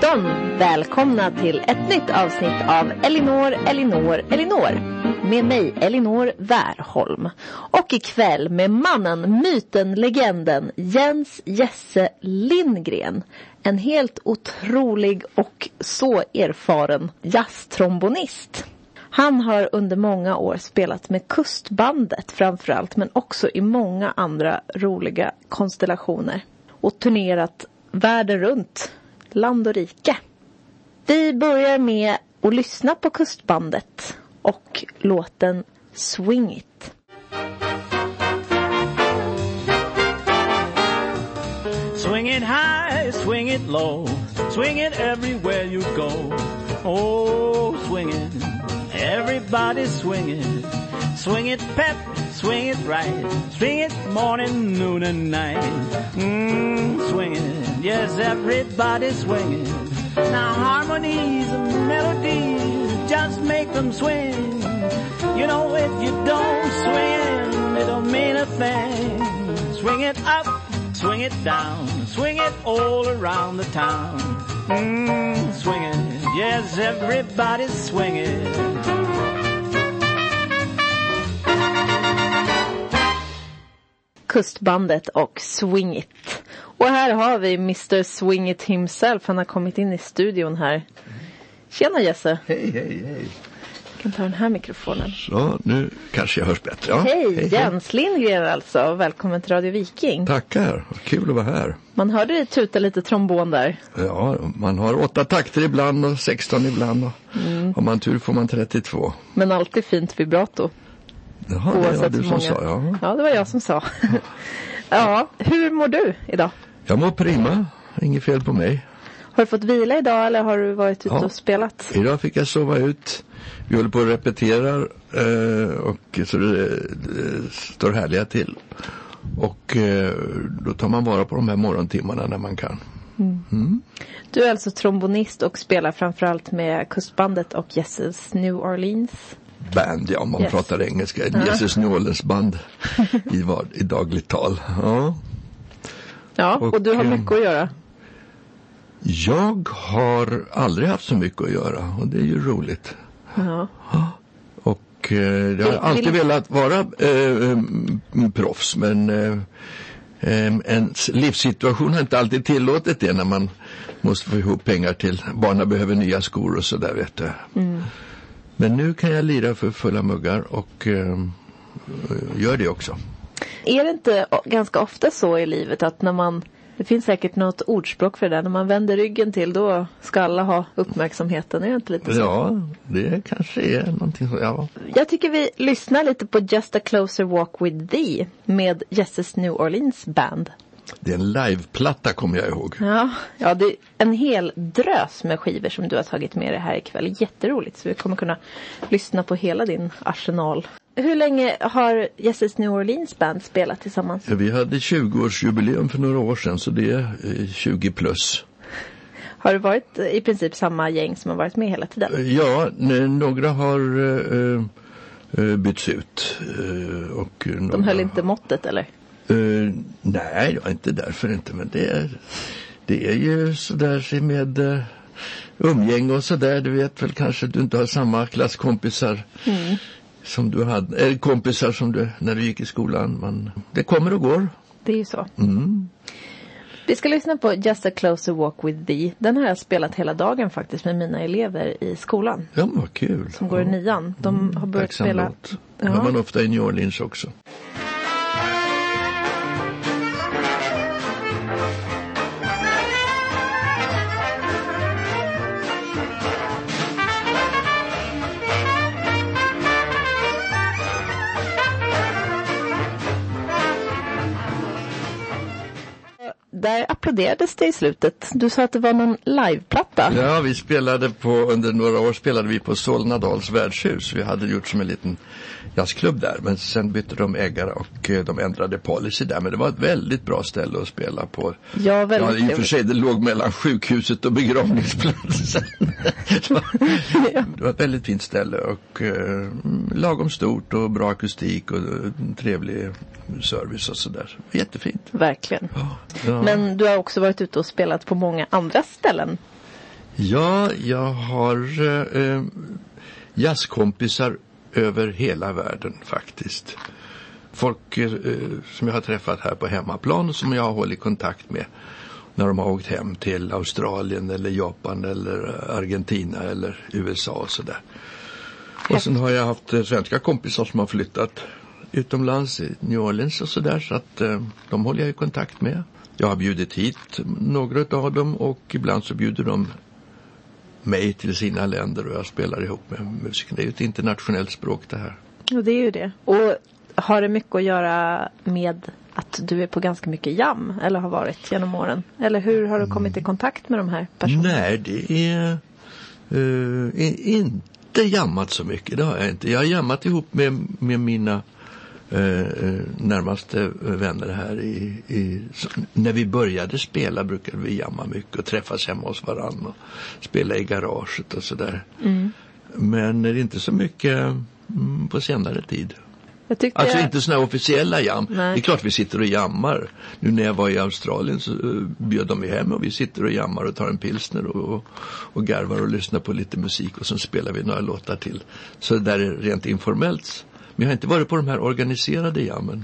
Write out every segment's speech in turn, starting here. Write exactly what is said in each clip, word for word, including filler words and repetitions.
nitton. Välkomna till ett nytt avsnitt av Elinor, Elinor, Elinor. Med mig, Elinor Wärholm. Och ikväll med mannen, myten, legenden Jens Jesse Lindgren. En helt otrolig och så erfaren jazztrombonist. Han har under många år spelat med Kustbandet framförallt, men också i många andra roliga konstellationer. Och turnerat världen runt, land och rike. Vi börjar med att lyssna på Kustbandet och låten Swing It. Swing it high, swing it low, swing it everywhere you go. Oh, swing it, everybody swing it. Swing it pep, swing it right, swing it morning, noon and night. Mmm, swing it, yes, everybody swing it. Now harmonies and melodies, just make them swing. You know if you don't swing, it don't mean a thing. Swing it up, swing it down, swing it all around the town. Mmm, swing it, yes, everybody swing it. Kustbandet och Swing It. Och här har vi mister Swing It himself. Han har kommit in i studion här. Tjena Jesse. Hej, hej, hej. Jag kan ta den här mikrofonen. Så, nu kanske jag hörs bättre. Ja. Hej, hej, Jens Lindgren alltså. Välkommen till Radio Viking. Tackar, kul att vara här. Man hörde dig tuta lite trombon där. Ja, man har åtta takter ibland och sexton ibland. Och mm. Om man tur får man trettiotvå. Men alltid fint vibrato. Jaha, det var du som många... sa, ja. Ja, det var jag som sa. Ja, hur mår du idag? Jag mår prima, inget fel på mig. Har du fått vila idag eller har du varit ute ja. och spelat? Idag fick jag sova ut. Vi håller på att repetera eh, och så det, det står härliga till. Och eh, då tar man vara på de här morgontimmarna när man kan. Mm. Mm. Du är alltså trombonist och spelar framförallt med Kustbandet och Jesses New Orleans band, ja, om man yes. pratar engelska. Uh-huh. Jesses New Orleans band i, var, i dagligt tal. Ja, ja och, och du har mycket att göra. Jag har aldrig haft så mycket att göra och det är ju roligt. Ja. Och eh, jag har alltid vill... velat vara eh, proffs, men eh, ens livssituation har inte alltid tillåtit det när man måste få ihop pengar till barnen behöver nya skor och sådär, vet du. Mm. Men nu kan jag lira för fulla muggar och eh, gör det också. Är det inte ganska ofta så i livet att när man, det finns säkert något ordspråk för det där, när man vänder ryggen till då ska alla ha uppmärksamheten, är det inte lite så? Ja, det kanske är någonting så, ja. Jag tycker vi lyssnar lite på Just a Closer Walk with Thee med Jesses New Orleans Band. Det är en liveplatta, kommer jag ihåg. Ja, ja, det är en hel drös med skivor som du har tagit med dig här ikväll. Jätteroligt, så vi kommer kunna lyssna på hela din arsenal. Hur länge har Jesses New Orleans Band spelat tillsammans? Vi hade tjugoårsjubileum för några år sedan, så det är tjugo plus. Har det varit i princip samma gäng som har varit med hela tiden? Ja, några har uh, uh, bytts ut. Uh, och några... De höll inte måttet, eller? Uh, nej, inte därför inte, men det är, det är ju sådär med uh, umgäng och sådär. Du vet väl kanske att du inte har samma klasskompisar mm. som du hade, eller kompisar som du när du gick i skolan. Men det kommer och går. Det är ju så. Mm. Vi ska lyssna på Just a Closer Walk with Thee. Den har jag spelat hela dagen faktiskt med mina elever i skolan. Ja, vad kul. Som går i nian. De har börjat Tacksam spela. Låt. Ja. Hör man ofta i New Orleans också. Där applåderades det i slutet. Du sa att det var någon liveplatta. Ja, vi spelade på, under några år spelade vi på Solnadals värdshus. Vi hade gjort som en liten jazzklubb där. Men sen bytte de ägare och de ändrade policy där. Men det var ett väldigt bra ställe att spela på. Ja, väldigt. Ja, i och för sig, det låg mellan sjukhuset och begravningsplatsen. det, var, ja. det var ett väldigt fint ställe och eh, lagom stort och bra akustik och trevlig service och sådär. Jättefint. Verkligen. Ja, ja. Men du har också varit ute och spelat på många andra ställen. Ja, jag har eh, jazzkompisar över hela världen faktiskt. Folk eh, som jag har träffat här på hemmaplan och som jag har hållit kontakt med när de har åkt hem till Australien eller Japan eller Argentina eller U S A och sådär. Och sen har jag haft eh, svenska kompisar som har flyttat utomlands i New Orleans och sådär, så att eh, de håller jag i kontakt med. Jag har bjudit hit några av dem och ibland så bjuder de mig till sina länder och jag spelar ihop med musiken. Det är ju ett internationellt språk det här. Och det är ju det. Och har det mycket att göra med att du är på ganska mycket jam eller har varit genom åren? Eller hur har du kommit i kontakt med de här personerna? Nej, det är uh, inte jammat så mycket. Det har jag inte. Jag har jammat ihop med, med mina uh, närmaste vänner här. I, i, så, när vi började spela brukade vi jamma mycket och träffas hemma hos varandra och spela i garaget och sådär. Mm. Men det är inte så mycket mm, på senare tid. Alltså jag... inte såna officiella jam. Nej. Det är klart vi sitter och jammar. Nu när jag var i Australien så uh, bjöd de mig hem och vi sitter och jammar och tar en pilsner och, och, och garvar och lyssnar på lite musik och sen spelar vi några låtar till. Så det där är rent informellt. Men jag har inte varit på de här organiserade jammen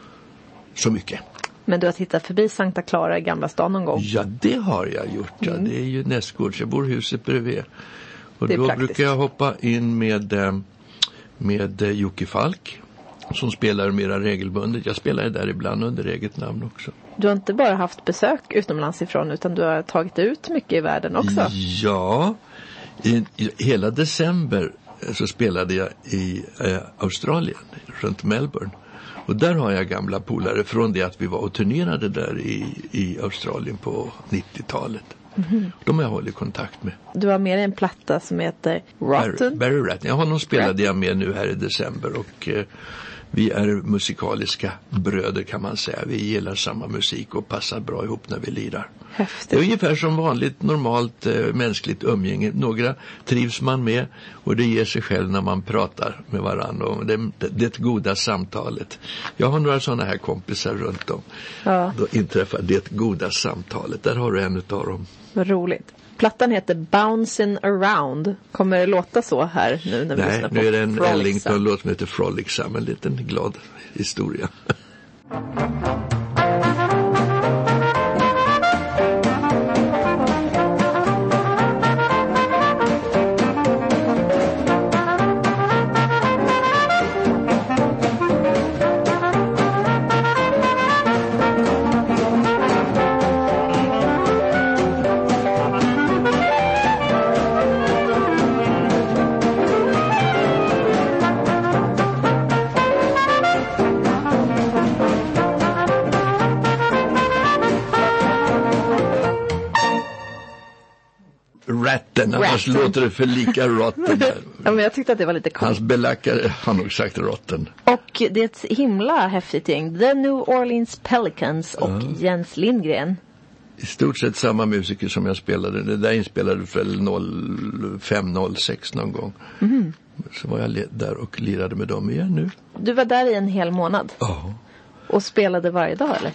så mycket. Men du har tittat förbi Sankta Clara i Gamla stan någon gång? Ja, det har jag gjort. Ja. Mm. Det är ju nästgårds. Jag bor huset bredvid. Och då praktiskt. Brukar jag hoppa in med, med Jocke Falk som spelar mera regelbundet. Jag spelar där ibland under eget namn också. Du har inte bara haft besök utomlands ifrån utan du har tagit ut mycket i världen också. Ja, i, i hela december så spelade jag i eh, Australien, runt Melbourne. Och där har jag gamla polare från det att vi var och turnerade där i, i Australien på nittiotalet. Mm-hmm. De har jag hållit kontakt med. Du har med en platta som heter Rotten. Barry, Barry Rotten. Ja, honom spelade jag med nu här i december och eh, vi är musikaliska bröder kan man säga. Vi gillar samma musik och passar bra ihop när vi lirar. Häftigt. Det är ungefär som vanligt normalt eh, mänskligt umgänge. Några trivs man med och det ger sig själv när man pratar med varandra. Och det, det, det goda samtalet. Jag har några sådana här kompisar runt om. Ja. Då inträffar det goda samtalet. Där har du en utav dem. Vad roligt. Plattan heter Bouncing Around. Kommer det låta så här nu när vi Nej, lyssnar på nu är det en Ellington-låt som heter Frolicsome. En liten glad historia. Ratten, annars låter det för lika rotten. Ja, men jag tyckte att det var lite coolt. Hans belackare har nog sagt rotten. Och det är ett himla häftigt gäng. The New Orleans Pelicans och ja. Jens Lindgren. I stort sett samma musiker som jag spelade. Det där inspelades väl noll fem noll sex någon gång. Mm. Så var jag där och lirade med dem igen nu. Du var där i en hel månad? Ja. Och spelade varje dag eller?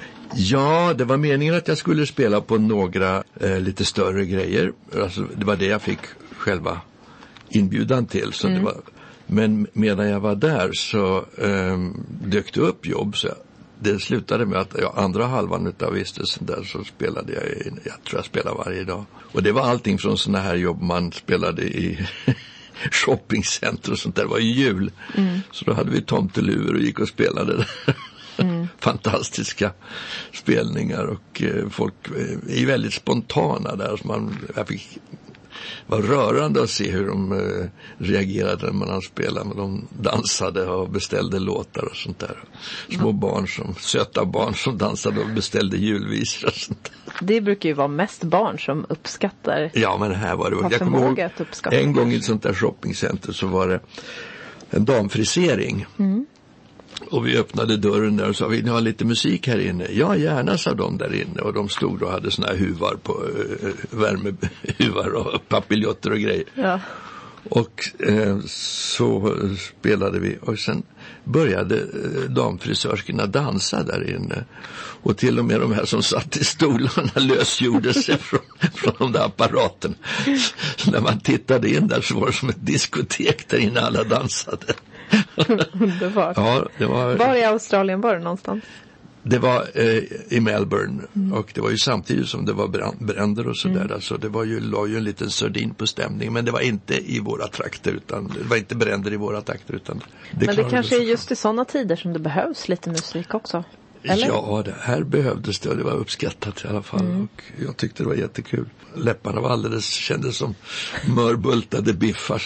Ja, det var meningen att jag skulle spela på några eh, lite större grejer. Alltså, det var det jag fick själva inbjudan till. Så mm. det var, men medan jag var där så eh, dök det upp jobb. Så jag, det slutade med att ja, andra halvan av vistelsen där så spelade jag, i, jag tror jag spelade varje dag. Och det var allting från såna här jobb man spelade i shoppingcenter och sånt där. Det var ju jul. Mm. Så då hade vi tomteluvor och gick och spelade där. Mm. Fantastiska spelningar och eh, folk eh, är väldigt spontana där. Så man, jag fick, var rörande att se hur de eh, reagerade när man spelade. De dansade och beställde låtar och sånt där. Små mm. barn som, söta barn som dansade och beställde julvisor och sånt där. Det brukar ju vara mest barn som uppskattar. Ja, men här var det. Jag kommer ihåg en gång i ett sånt där shoppingcenter så var det en damfrisering. Mm. Och vi öppnade dörren där och sa, vill ni ha lite musik här inne? Ja, gärna, sa de där inne. Och de stod och hade såna här huvar på, uh, värmehuvar och papiljotter och grejer. Ja. Och eh, så spelade vi och sen började eh, damfrisörskorna dansa där inne. Och till och med de här som satt i stolarna lösgjorde sig från, från de där apparaterna. Så när man tittade in där så var det som ett diskotek där inne alla dansade. Underbart. Ja, det var... Var i Australien var det någonstans? Det var eh, i Melbourne mm. och det var ju samtidigt som det var brand, bränder och sådär. Mm. Alltså det var ju, la ju en liten sardin på stämning, men det var inte i våra trakter utan det var inte bränder i våra trakter utan det. Men det kanske är just i sådana tider som det behövs lite musik också? Eller? Ja, det här behövdes det och det var uppskattat i alla fall mm. och jag tyckte det var jättekul. Läpparna var alldeles, kändes som mörbultade biffar.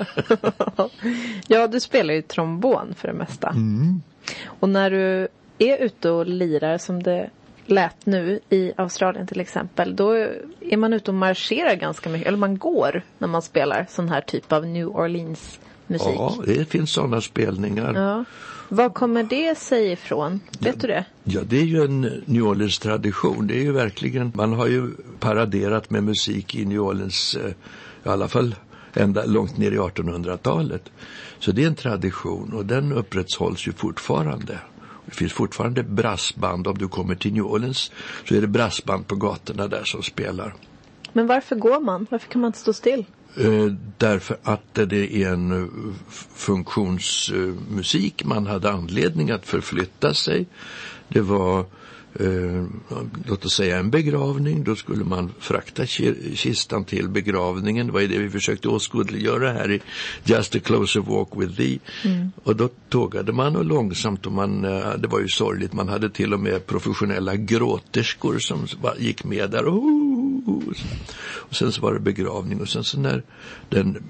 Ja, du spelar ju trombon för det mesta. Mm. Och när du är ute och lirar som det lät nu i Australien till exempel, då är man ute och marscherar ganska mycket, eller man går när man spelar sån här typ av New Orleans musik. Ja, det finns sådana spelningar. Ja. Vad kommer det sig ifrån? Vet ja, du det? Ja, det är ju en New Orleans tradition. Det är ju verkligen, man har ju paraderat med musik i New Orleans eh, i alla fall ända långt ner i artonhundratalet. Så det är en tradition och den upprätthålls ju fortfarande. Det finns fortfarande brassband. Om du kommer till New Orleans så är det brassband på gatorna där som spelar. Men varför går man? Varför kan man inte stå still? Eh, därför att det är en uh, funktionsmusik. Uh, man hade anledning att förflytta sig. Det var Uh, låt oss säga en begravning, då skulle man frakta kistan till begravningen. Det var det vi försökte åskådliggöra här i Just a Closer Walk with Thee. Mm. Och då tågade man och långsamt och man, uh, det var ju sorgligt, man hade till och med professionella gråterskor som var, gick med där och, och sen så var det begravning och sen så när den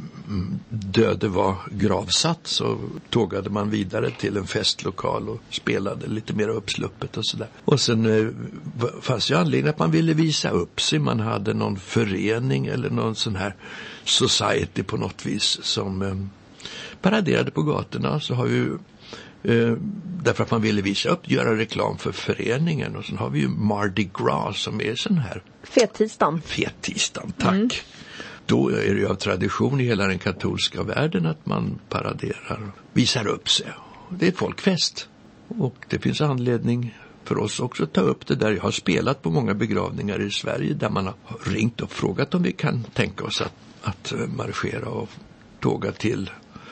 döde var gravsatt så tågade man vidare till en festlokal och spelade lite mer uppsluppet och sådär. Och sen eh, fanns ju anledning att man ville visa upp sig. Man hade någon förening eller någon sån här society på något vis som eh, paraderade på gatorna. Så har vi ju eh, därför att man ville visa upp, göra reklam för föreningen. Och sen har vi ju Mardi Gras som är sån här Fettisdagen. Fettisdagen, tack. Mm. Då är det ju av tradition i hela den katolska världen att man paraderar, visar upp sig. Det är folkfest. Och det finns anledning för oss också att ta upp det där. Jag har spelat på många begravningar i Sverige där man har ringt och frågat om vi kan tänka oss att, att marschera och tåga till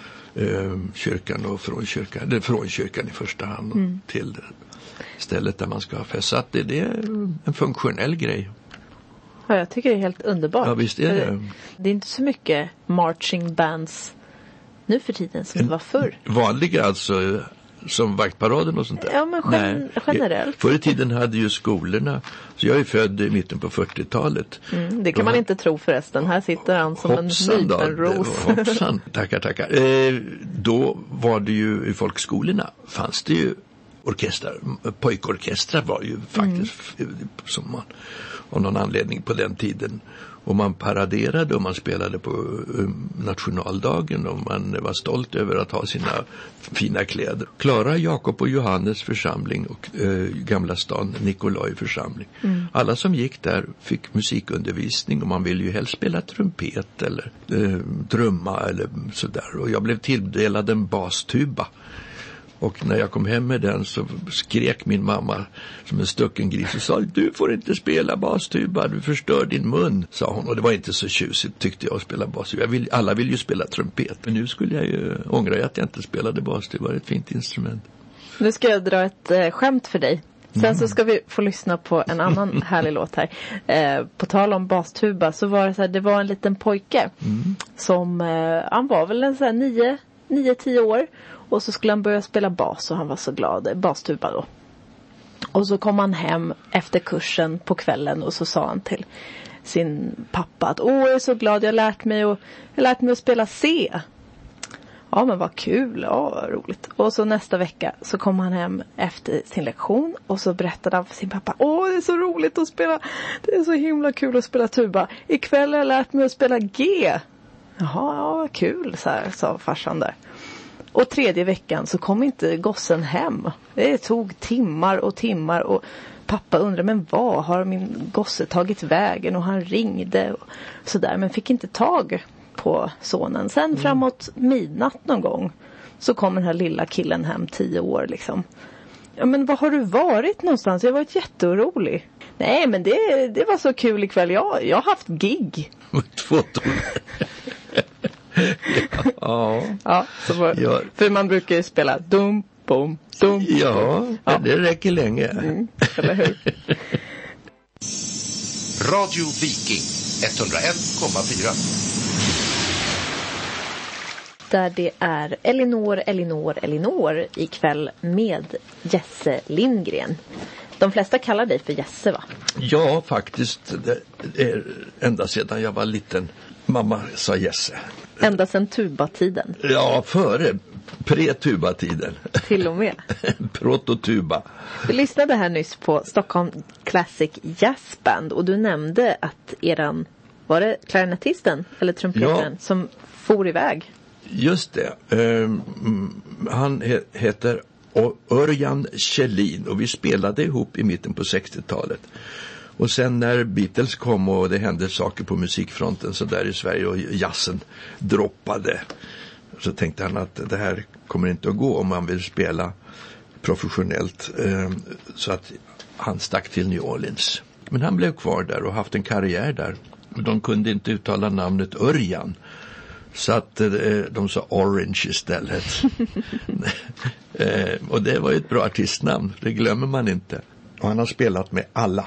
eh, kyrkan och från kyrkan, eller från kyrkan i första hand mm. till stället där man ska ha fest. Så att det, det är en funktionell grej. Ja, jag tycker det är helt underbart. Ja, visst är det. Det är inte så mycket marching bands nu för tiden som en det var förr. Vanliga alltså, som vaktparaden och sånt där? Ja, men gen- generellt. Förr i tiden hade ju skolorna, så jag är född i mitten på fyrtiotalet. Mm, det kan man inte tro förresten. Här sitter han som hoppsan, en nypenros. Hoppsan, tackar, tackar. Eh, då var det ju i folkskolorna fanns det ju orkestrar. Pojkorkestrar var ju faktiskt mm. som man av någon anledning på den tiden. Och man paraderade och man spelade på um, nationaldagen och man var stolt över att ha sina fina kläder. Klara, Jakob och Johannes församling och uh, Gamla stan Nikolaj församling. Mm. Alla som gick där fick musikundervisning och man ville ju helst spela trumpet eller uh, trumma eller sådär. Och jag blev tilldelad en bastuba. Och när jag kom hem med den så skrek min mamma som en stucken gris och sa: du får inte spela bastuba, du förstör din mun, sa hon. Och det var inte så tjusigt tyckte jag att spela bastuba. Jag vill, alla vill ju spela trumpet. Men nu skulle jag ju ångra att jag inte spelade bastuba. Det är ett fint instrument. Nu ska jag dra ett eh, skämt för dig. Sen mm. så ska vi få lyssna på en annan härlig låt här. Eh, på tal om bastuba så var det så här, det var en liten pojke mm. som, eh, han var väl en så här nio, nio, tio år. Och så skulle han börja spela bas och han var så glad. Bastuba då. Och så kom han hem efter kursen på kvällen och så sa han till sin pappa att åh, jag är så glad, jag har lärt mig, och, jag har lärt mig att spela C. Ja, men vad kul, ja, vad roligt. Och så nästa vecka så kom han hem efter sin lektion och så berättade han för sin pappa: åh, det är så roligt att spela, det är så himla kul att spela tuba. Ikväll har jag lärt mig att spela G. Jaha, ja, kul, så här, sa farsan där. Och tredje veckan så kom inte gossen hem. Det tog timmar och timmar och pappa undrade, men vad har min gosse tagit vägen? Och han ringde och sådär, men fick inte tag på sonen. Sen mm. framåt midnatt någon gång så kom den här lilla killen hem tio år liksom. Ja, men vad har du varit någonstans? Jag har varit jätteorolig. Nej, men det, det var så kul ikväll. Jag, jag har haft gig. Två ja. Ja, så var, ja. För man brukar ju spela dum, bom, dum. Ja, ja, det räcker länge. Mm, eller hur? Radio Viking etthundraett komma fyra. Där det är Elinor, Elinor, Elinor ikväll med Jesse Lindgren. De flesta kallar dig för Jesse, va? Ja, faktiskt. Det är ända sedan jag var liten. Mamma sa Jesse. Ända sedan tubatiden? Ja, före. Pre-tubatiden. Till och med. Prototuba. Vi lyssnade här nyss på Stockholm Classic Jazz Band. Och du nämnde att eran, var det klarinettisten eller trumpetaren, ja, som for iväg? Just det. Um, han he- heter Örjan Kjellin och vi spelade ihop i mitten på sextiotalet. Och sen när Beatles kom och det hände saker på musikfronten så där i Sverige och jazzen droppade, så tänkte han att det här kommer inte att gå om man vill spela professionellt. Um, så att han stack till New Orleans. Men han blev kvar där och haft en karriär där. De kunde inte uttala namnet Örjan. Så att eh, de sa Orange istället. eh, och det var ju ett bra artistnamn. Det glömmer man inte. Och han har spelat med alla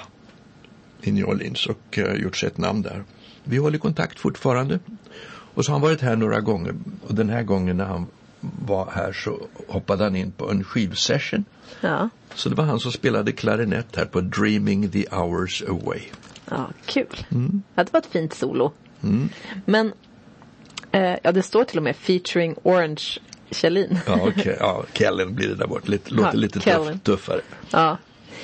i New Orleans och eh, gjort sig ett namn där. Vi håller kontakt fortfarande. Och så har han varit här några gånger. Och den här gången när han var här så hoppade han in på en skivsession. Ja. Så det var han som spelade klarinett här på Dreaming the Hours Away. Ja, kul. Mm. Det var ett fint solo. Mm. Men ja, det står till och med featuring Orange Kjellin. Ja, okej. Okay. Ja, Kellen blir det där bort. Lite, låter ja, lite tuff, tuffare. Ja.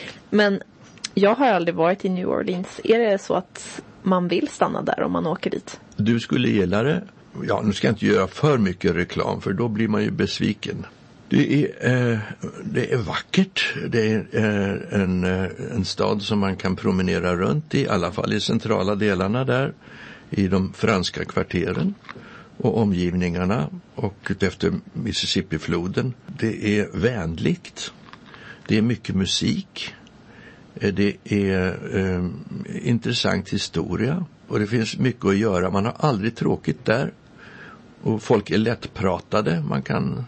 Men jag har aldrig varit i New Orleans. Är det så att man vill stanna där om man åker dit? Du skulle gilla det. Ja, nu ska jag inte göra för mycket reklam för då blir man ju besviken. Det är, eh, det är vackert. Det är eh, en, en stad som man kan promenera runt i. I alla fall i centrala delarna där. I de franska kvarteren och omgivningarna och efter Mississippi-floden. Det är vänligt. Det är mycket musik. Det är eh, intressant historia. Och det finns mycket att göra. Man har aldrig tråkigt där. Och folk är lättpratade. Man kan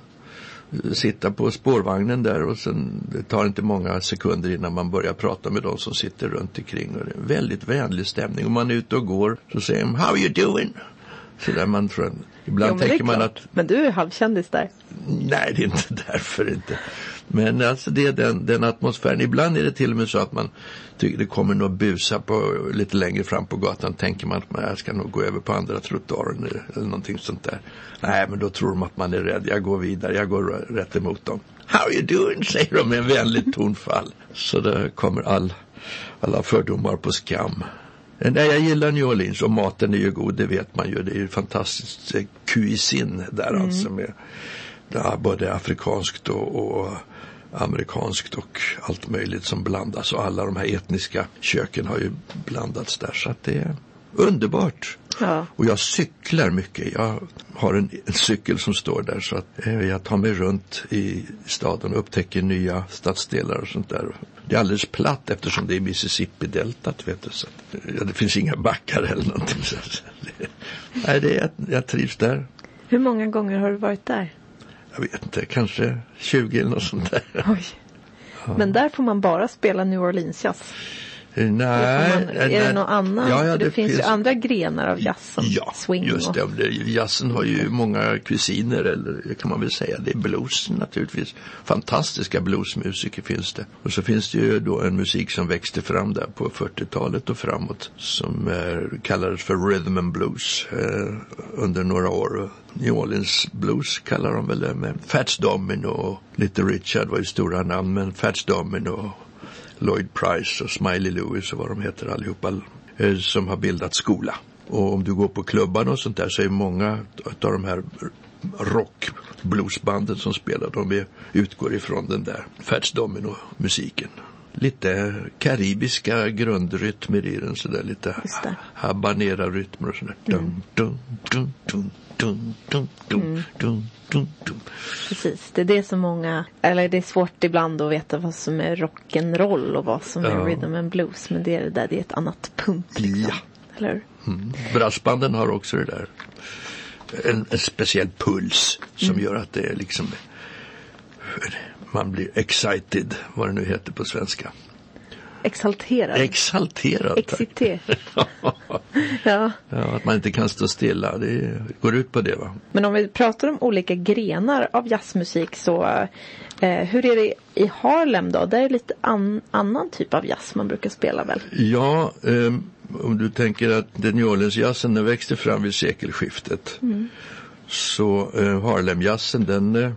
sitta på spårvagnen där och sen det tar inte många sekunder innan man börjar prata med de som sitter runt omkring. Och det är en väldigt vänlig stämning. Om man är ute och går så säger de, how are you doing? Så där man tror, ibland jo, tänker man att... Men du är halvkändis där. Nej, det är inte därför inte. Men alltså det är den, den atmosfären. Ibland är det till och med så att man tycker det kommer nog busa på lite längre fram på gatan. Tänker man att man jag ska nog gå över på andra trottoaren eller någonting sånt där. Nej, men då tror de att man är rädd. Jag går vidare, jag går rätt emot dem. How are you doing? Säger de med en vänlig tonfall. Så det kommer all, alla fördomar på skam. Nej, jag gillar New Orleans och maten är ju god, det vet man ju. Det är ju fantastiskt cuisine där mm. alltså med ja, både afrikanskt och, och amerikanskt och allt möjligt som blandas. Och alla de här etniska köken har ju blandats där så att det är underbart. Ja. Och jag cyklar mycket. Jag har en, en cykel som står där så att eh, jag tar mig runt i staden och upptäcker nya stadsdelar och sånt där. Det är alldeles platt eftersom det är Mississippi-deltat, vet du. Så att, ja, det finns inga backar eller någonting. Så, det, nej, det är, jag trivs där. Hur många gånger har du varit där? Jag vet inte, kanske tjugo eller något sånt där. Oj. Ja. Men där får man bara spela New Orleans jazz. Nej, man, är nej, det något annat? Ja, ja, det, det finns, finns ju andra grenar av jazzen. Ja, swing just och... det. Jazzen har ju många kusiner, eller kan man väl säga. Det är blues naturligtvis. Fantastiska bluesmusiker finns det. Och så finns det ju då en musik som växte fram där på fyrtiotalet och framåt som eh, kallades för rhythm and blues eh, under några år. New Orleans blues kallar de väl det med. Fats Domino och Little Richard var ju stora namn, men Fats Domino, Lloyd Price och Smiley Lewis och vad de heter allihopa eh, som har bildat skola. Och om du går på klubbarna och sånt där så är många av de här rock bluesbanden som spelar, de är, utgår ifrån den där Fats Domino musiken. lite karibiska grundrytmer i den, så där lite habanera rytmer och sådär. Mm. Dun, dun, dun, dun, dun, dun, mm. dun, dun, dun. Precis, det är det som många, eller det är svårt ibland att veta vad som är rock'n'roll och vad som är ja. rhythm and blues, men det är det där, det är ett annat punkt liksom. Ja. Eller? Mm. Brassbanden har också det där, en, en speciell puls som mm. gör att det är liksom, man blir excited, vad det nu heter på svenska. Exalterad. Exalterad. Excité. ja. ja. Att man inte kan stå stilla. Det går ut på det, va? Men om vi pratar om olika grenar av jazzmusik, så eh, hur är det i Harlem då? Det är lite an, annan typ av jazz man brukar spela väl? Ja, eh, om du tänker att New Orleans-jazzen den växte fram vid sekelskiftet. Mm. Så eh, Harlem-jazzen den... Eh,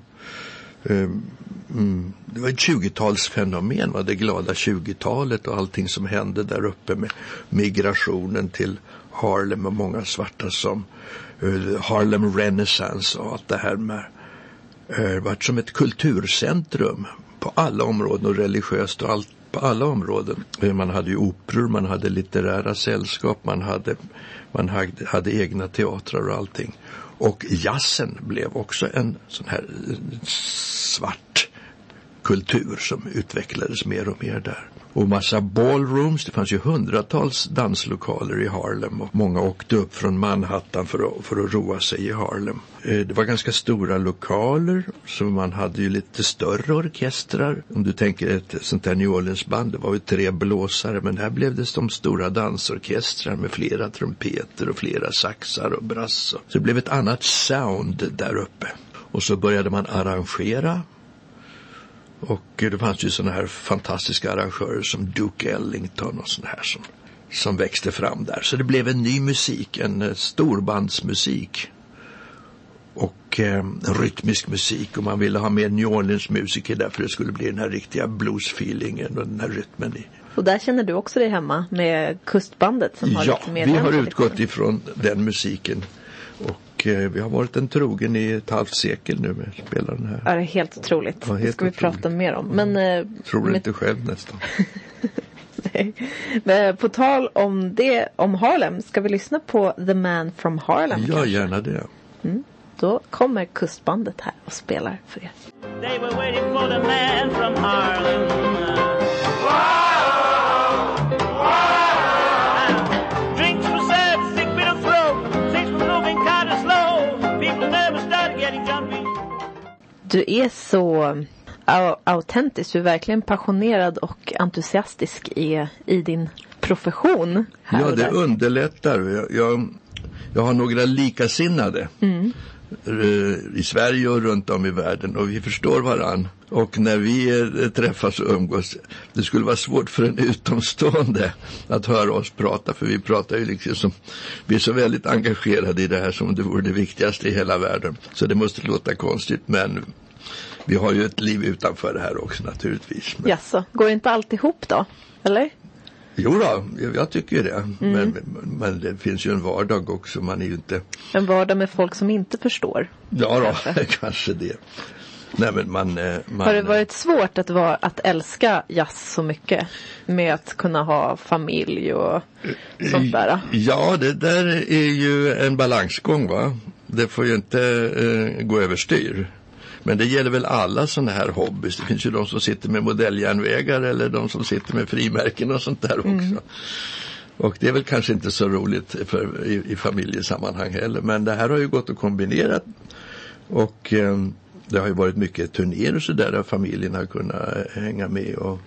Mm, det var ett tjugotalsfenomen, var det glada tjugotalet och allting som hände där uppe med migrationen till Harlem och många svarta som uh, Harlem Renaissance och allt det här med uh, varit som ett kulturcentrum på alla områden och religiöst och allt på alla områden. Uh, man hade ju operor, man hade litterära sällskap, man hade, man hade, hade egna teatrar och allting. Och jazzen blev också en sån här svart kultur som utvecklades mer och mer där. Och massa ballrooms, det fanns ju hundratals danslokaler i Harlem och många åkte upp från Manhattan för att, för att roa sig i Harlem. Det var ganska stora lokaler, så man hade ju lite större orkestrar. Om du tänker ett sånt här New Orleans band, det var ju tre blåsare, men här blev det de stora dansorkestrar med flera trumpeter och flera saxar och brass. Så det blev ett annat sound där uppe. Och så började man arrangera. Och det fanns ju såna här fantastiska arrangörer som Duke Ellington och såna här som, som växte fram där. Så det blev en ny musik, en storbandsmusik och eh, rytmisk musik. Och man ville ha mer New Orleans musiker därför det skulle bli den här riktiga bluesfeelingen och den här rytmen i. Och där känner du också dig hemma med kustbandet som har ja, lite mer... Ja, vi har utgått ifrån den musiken. Och eh, vi har varit en trogen i ett halvt sekel nu med att spela den här. Ja, det är helt otroligt. Ja, helt det ska otroligt. Vi prata mer om. Men, eh, tror med... inte själv nästan. Nej. Men på tal om det, om Harlem, ska vi lyssna på The Man from Harlem? Ja, kanske? Gärna det. Mm. Då kommer kustbandet här och spelar för er. They were waiting for the man from Harlem. Drinks were served, sick with a throat. Things were moving kind of slow. People never started getting jumpy. Du är så au- autentisk, du är verkligen passionerad och entusiastisk i, i din profession. Här ja, och det där. underlättar. Jag, jag, jag har några likasinnade mm. i Sverige och runt om i världen och vi förstår varann. Och när vi eh, träffas och umgås, det skulle vara svårt för en utomstående att höra oss prata, för vi pratar ju liksom som, vi är så väldigt engagerade i det här som det vore det viktigaste i hela världen. Så det måste låta konstigt, men vi har ju ett liv utanför det här också naturligtvis. Men... Jaså, går det inte alltid ihop då, eller? Jo då, jag, jag tycker det. Mm. Men, men det finns ju en vardag också, man är ju inte... En vardag med folk som inte förstår. Ja då, kanske, kanske det. Nej, men man, man... Har det varit svårt att, vara, att älska jazz så mycket? Med att kunna ha familj och sånt där? Ja, det där är ju en balansgång, va? Det får ju inte eh, gå överstyr. Men det gäller väl alla sådana här hobbys. Det finns ju de som sitter med modelljärnvägar eller de som sitter med frimärken och sånt där också. Mm. Och det är väl kanske inte så roligt för, i, i familjesammanhang heller. Men det här har ju gått att kombinera. Och eh, det har ju varit mycket turnéer och så där, där familjen har kunnat hänga med. Och,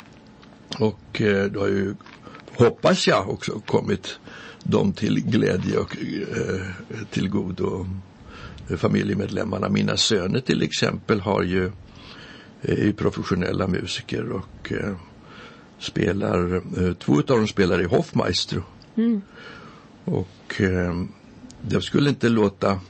och eh, det har ju, hoppas jag, också kommit dem till glädje och eh, till godo. Familjemedlemmarna. Mina söner till exempel har ju är professionella musiker och eh, spelar, eh, två av dem spelar i Hofmaestro. Mm. Och eh, det skulle inte låta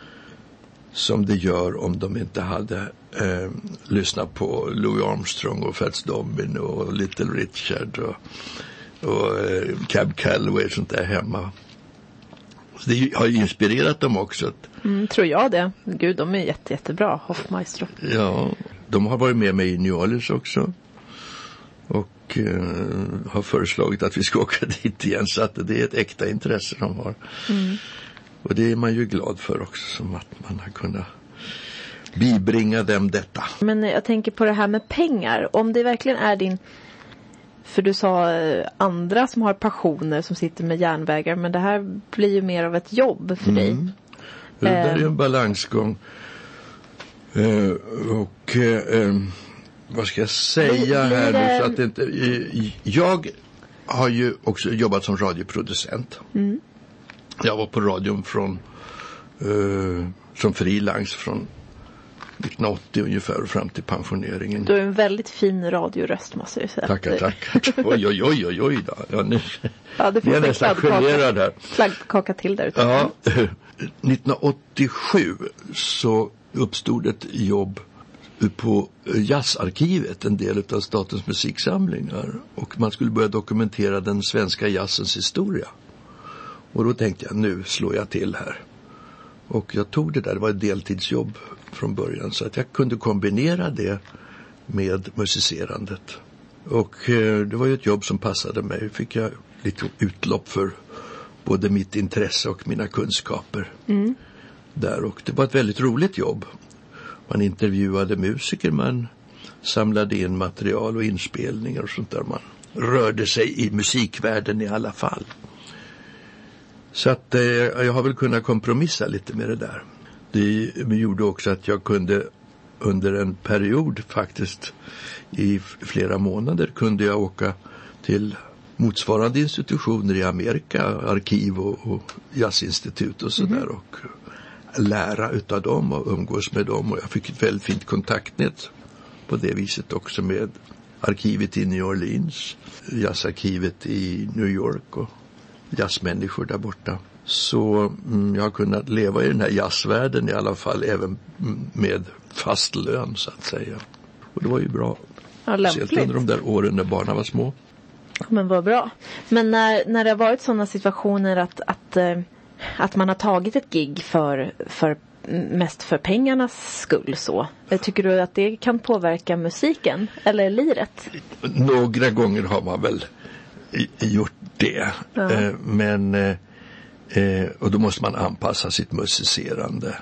som det gör om de inte hade eh, lyssnat på Louis Armstrong och Fats Domino och Little Richard och, och eh, Cab Calloway och sånt där hemma. Så det har ju inspirerat dem också. Mm, tror jag det. Gud, de är jätte, jättebra, Hofmaestro. Ja, de har varit med mig i New Orleans också. Och eh, har föreslagit att vi ska åka dit igen, så att det är ett äkta intresse de har. Mm. Och det är man ju glad för också, som att man har kunnat bibringa dem detta. Men jag tänker på det här med pengar. Om det verkligen är din... För du sa andra som har passioner som sitter med järnvägar. Men det här blir ju mer av ett jobb för mm. dig. Det där är ju en balansgång. Uh, och uh, vad ska jag säga här nu, så att det inte... Uh, jag har ju också jobbat som radioproducent. Mm. Jag var på radion från uh, som frilans från nittonhundraåttio ungefär fram till pensioneringen. Du är en väldigt fin radioröst, måste jag säga. Tackar, tackar. Oj, oj, oj, oj, oj då. Ja, nu ja, det jag är nästan generad här. Kladdkaka till där. Ja, nittonhundraåttiosju så uppstod ett jobb på Jazzarkivet, en del av Statens musiksamlingar. Och man skulle börja dokumentera den svenska jazzens historia. Och då tänkte jag, nu slår jag till här. Och jag tog det där, det var ett deltidsjobb från början, så att jag kunde kombinera det med musicerandet. Och eh, det var ju ett jobb som passade mig. Fick jag lite utlopp för både mitt intresse och mina kunskaper mm. där. Och det var ett väldigt roligt jobb. Man intervjuade musiker, man samlade in material och inspelningar och sånt där. Man rörde sig i musikvärlden i alla fall. Så att eh, jag har väl kunnat kompromissa lite med det där. Det gjorde också att jag kunde under en period faktiskt i flera månader kunde jag åka till motsvarande institutioner i Amerika, arkiv och, och jazzinstitut och sådär mm. och lära utav dem och umgås med dem. Och jag fick ett väldigt fint kontaktnät på det viset också med arkivet i New Orleans, jazzarkivet i New York och jazzmänniskor där borta. Så mm, jag har kunnat leva i den här jazzvärlden i alla fall, även med fast lön så att säga. Och det var ju bra. Ja, lämpligt. Sett under de där åren när barnen var små. Men vad bra. Men när, när det har varit sådana situationer att, att, att man har tagit ett gig för, för mest för pengarnas skull så. Tycker du att det kan påverka musiken eller liret? Några gånger har man väl gjort det. Ja. Eh, men eh, och då måste man anpassa sitt musicerande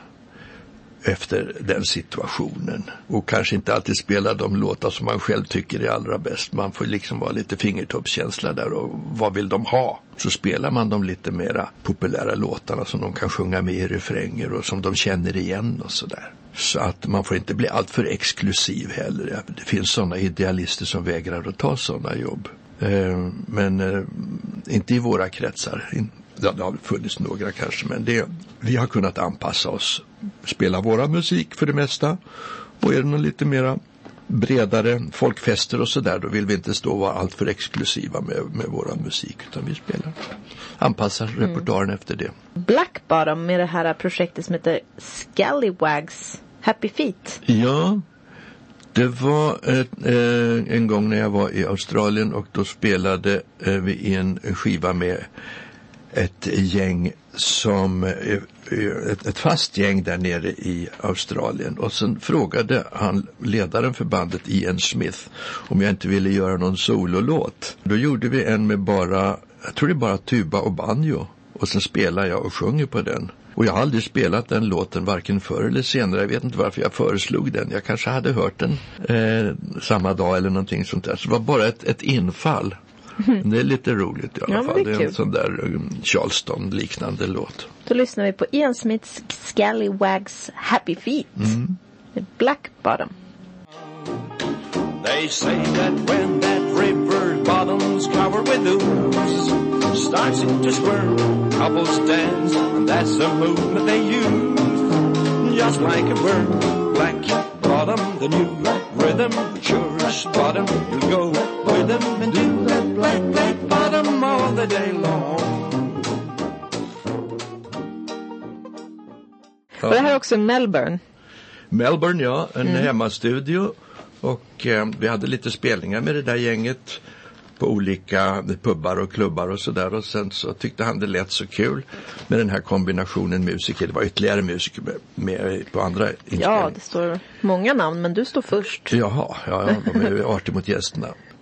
efter den situationen. Och kanske inte alltid spela de låtar som man själv tycker är allra bäst. Man får liksom vara lite fingertoppskänsla där och vad vill de ha? Så spelar man de lite mera populära låtarna som de kan sjunga med i refränger och som de känner igen och sådär. Så att man får inte bli allt för exklusiv heller. Det finns sådana idealister som vägrar att ta sådana jobb. Eh, men eh, inte i våra kretsar. Ja, det har funnits några kanske, men det, vi har kunnat anpassa oss, spela våra musik för det mesta, och är det någon lite mera bredare folkfester och sådär, då vill vi inte stå och vara allt för exklusiva med, med våra musik, utan vi spelar, anpassar mm. repertoaren efter det. Black Bottom med det här projektet som heter Scallywags Happy Feet. Ja, det var ett, eh, en gång när jag var i Australien, och då spelade eh, vi en skiva med ett gäng som ett, ett fast gäng där nere i Australien, och sen frågade han ledaren för bandet Ian Smith om jag inte ville göra någon sololåt. Då gjorde vi en med bara, jag tror det är bara tuba och banjo, och sen spelar jag och sjunger på den. Och jag har aldrig spelat den låten varken förr eller senare. Jag vet inte varför jag föreslog den. Jag kanske hade hört den eh, samma dag eller någonting sånt där. Så det var bara ett, ett infall. Mm. Det är lite roligt i alla ja, fall. Det är, det är en sån där um, Charleston-liknande låt. Då lyssnar vi på Ian Smiths Scallywags Happy Feet mm. med Black Bottom. They say that when that river's bottom's covered with ooze, starts it to squirm, couples dance, and that's the movement they use. Just like a bird, black bottom, the new rhythm, sure bottom, you'll go with them and do that black, black bottom all the day long. Och det här är också Melbourne. Melbourne, ja, en mm. hemmastudio. Och eh, vi hade lite spelningar med det där gänget på olika pubbar och klubbar och sådär. Och sen så tyckte han det lät så kul med den här kombinationen musiker. Det var ytterligare musiker med, med på andra inspelningar. Ja, det står många namn, men du står först. Jaha, ja, ja, de är artig mot gästerna.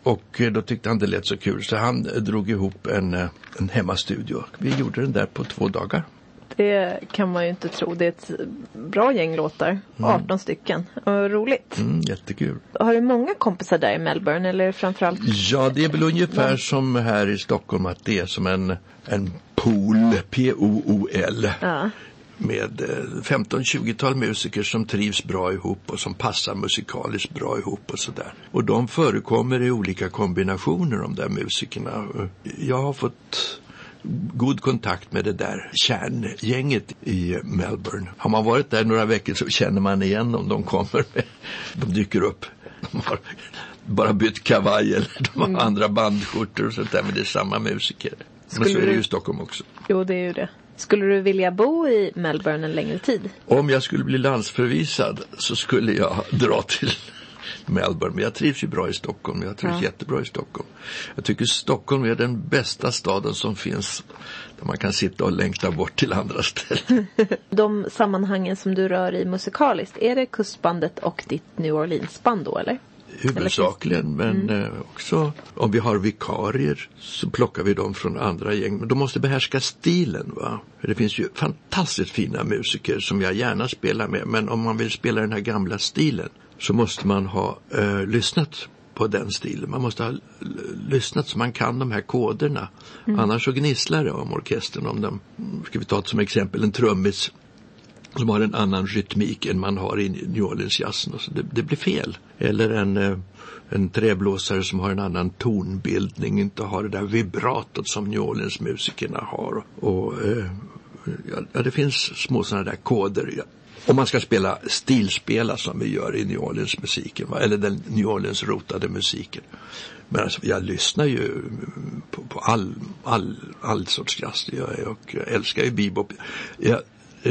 Och då tyckte han det lät så kul så han drog ihop en, en hemmastudio. Vi gjorde den där på två dagar. Det kan man ju inte tro. Det är ett bra gäng låtar. arton mm. stycken. Och roligt. Mm, jättekul. Har du många kompisar där i Melbourne? Eller framförallt? Ja, det är väl ungefär mm. som här i Stockholm. Att det är som en, en pool. P O O L. Ja. Med femton tjugotal musiker som trivs bra ihop och som passar musikaliskt bra ihop och sådär. Och de förekommer i olika kombinationer, de där musikerna. Jag har fått god kontakt med det där kärngänget i Melbourne. Har man varit där några veckor så känner man igen om de kommer med. De dyker upp. De har bara bytt kavaj eller de har mm. andra bandskjortor och sånt där, men det är samma musiker. Skulle men så är det ju i Stockholm också. Jo, det är ju det. Skulle du vilja bo i Melbourne en längre tid? Om jag skulle bli landsförvisad så skulle jag dra till Melbourne. Men jag trivs ju bra i Stockholm. Jag trivs ja. jättebra i Stockholm. Jag tycker Stockholm är den bästa staden som finns. Där man kan sitta och längta bort till andra ställen. De sammanhangen som du rör i musikaliskt, är det kustbandet och ditt New Orleans-band då, eller? Huvudsakligen, men mm. eh, också om vi har vikarier så plockar vi dem från andra gäng. Men de måste behärska stilen, va? För det finns ju fantastiskt fina musiker som jag gärna spelar med. Men om man vill spela den här gamla stilen så måste man ha eh, lyssnat på den stilen. Man måste ha l- lyssnat så man kan de här koderna. Mm. Annars så gnisslar det om orkestern. Om dem. Ska vi ta som exempel en trummis som har en annan rytmik än man har i New Orleans-jazzen. Det, det blir fel. Eller en, en träblåsare som har en annan tonbildning, inte har det där vibratot som New Orleans-musikerna har. Och, ja, det finns små sådana där koder. Ja. Om man ska spela stilspela som vi gör i New Orleans-musiken, va? Eller den New Orleans-rotade musiken. Men alltså, jag lyssnar ju på, på all, all, all sorts jazz. Jag, och jag älskar ju bebop. Jag,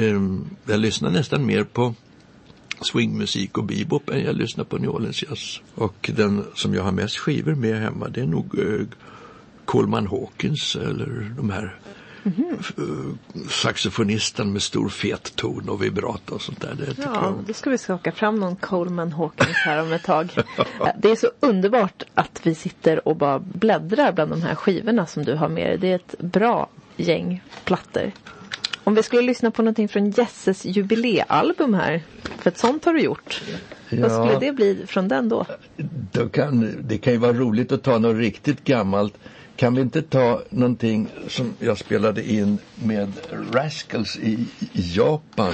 Jag lyssnar nästan mer på swingmusik och bebop än jag lyssnar på New Orleans jazz. Och den som jag har mest skivor med hemma, det är nog uh, Coleman Hawkins eller de här mm-hmm. uh, saxofonisten med stor fet ton och vibrato och sånt där. Det ja, då ska vi skaka fram någon Coleman Hawkins här om ett tag. Det är så underbart att vi sitter och bara bläddrar bland de här skivorna som du har med dig. Det är ett bra gäng plattor. Om vi skulle lyssna på någonting från Jesses jubilealbum här, för ett sånt har du gjort. Ja, vad skulle det bli från den då? då kan, det kan ju vara roligt att ta något riktigt gammalt. Kan vi inte ta någonting som jag spelade in med Rascals i, i Japan?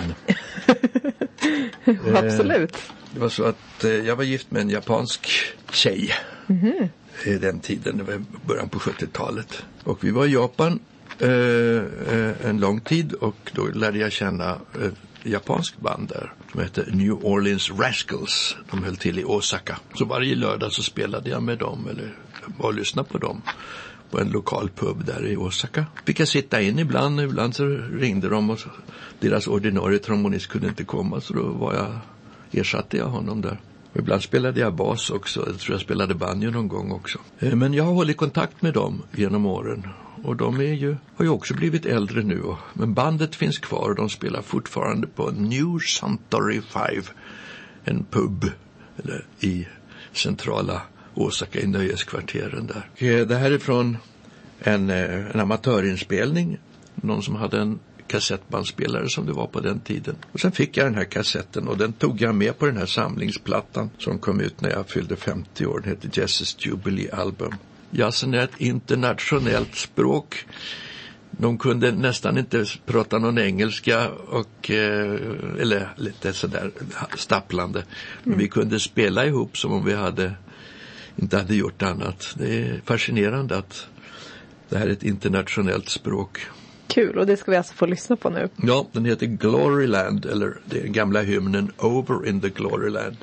Absolut. Eh, det var så att eh, jag var gift med en japansk tjej mm-hmm. i den tiden, det var början på sjuttiotalet. Och vi var i Japan Uh, uh, en lång tid och då lärde jag känna ett japansk band där som heter New Orleans Rascals. De höll till i Osaka. Så varje lördag så spelade jag med dem eller var och lyssnade på dem på en lokal pub där i Osaka. Fick jag sitta in ibland, ibland så ringde de och så, deras ordinarie trombonist kunde inte komma så då var jag, ersatte jag honom där. Och ibland spelade jag bas också, jag tror jag spelade banjo någon gång också. Uh, men jag har hållit kontakt med dem genom åren. Och de är ju, har ju också blivit äldre nu. Men bandet finns kvar och de spelar fortfarande på New Suntory Five. En pub eller, i centrala Osaka i nöjeskvarteren där. Det här är från en, en amatörinspelning. Någon som hade en kassettbandspelare som det var på den tiden. Och sen fick jag den här kassetten och den tog jag med på den här samlingsplattan som kom ut när jag fyllde femtio år. Den heter Jesses Jubilee Album. Jazzen är ett internationellt språk. De kunde nästan inte prata någon engelska och, eh, eller lite sådär stapplande. Men mm. vi kunde spela ihop som om vi hade, inte hade gjort annat. Det är fascinerande att det här är ett internationellt språk. Kul, och det ska vi alltså få lyssna på nu. Ja, den heter Gloryland, eller den gamla hymnen Over in the Gloryland.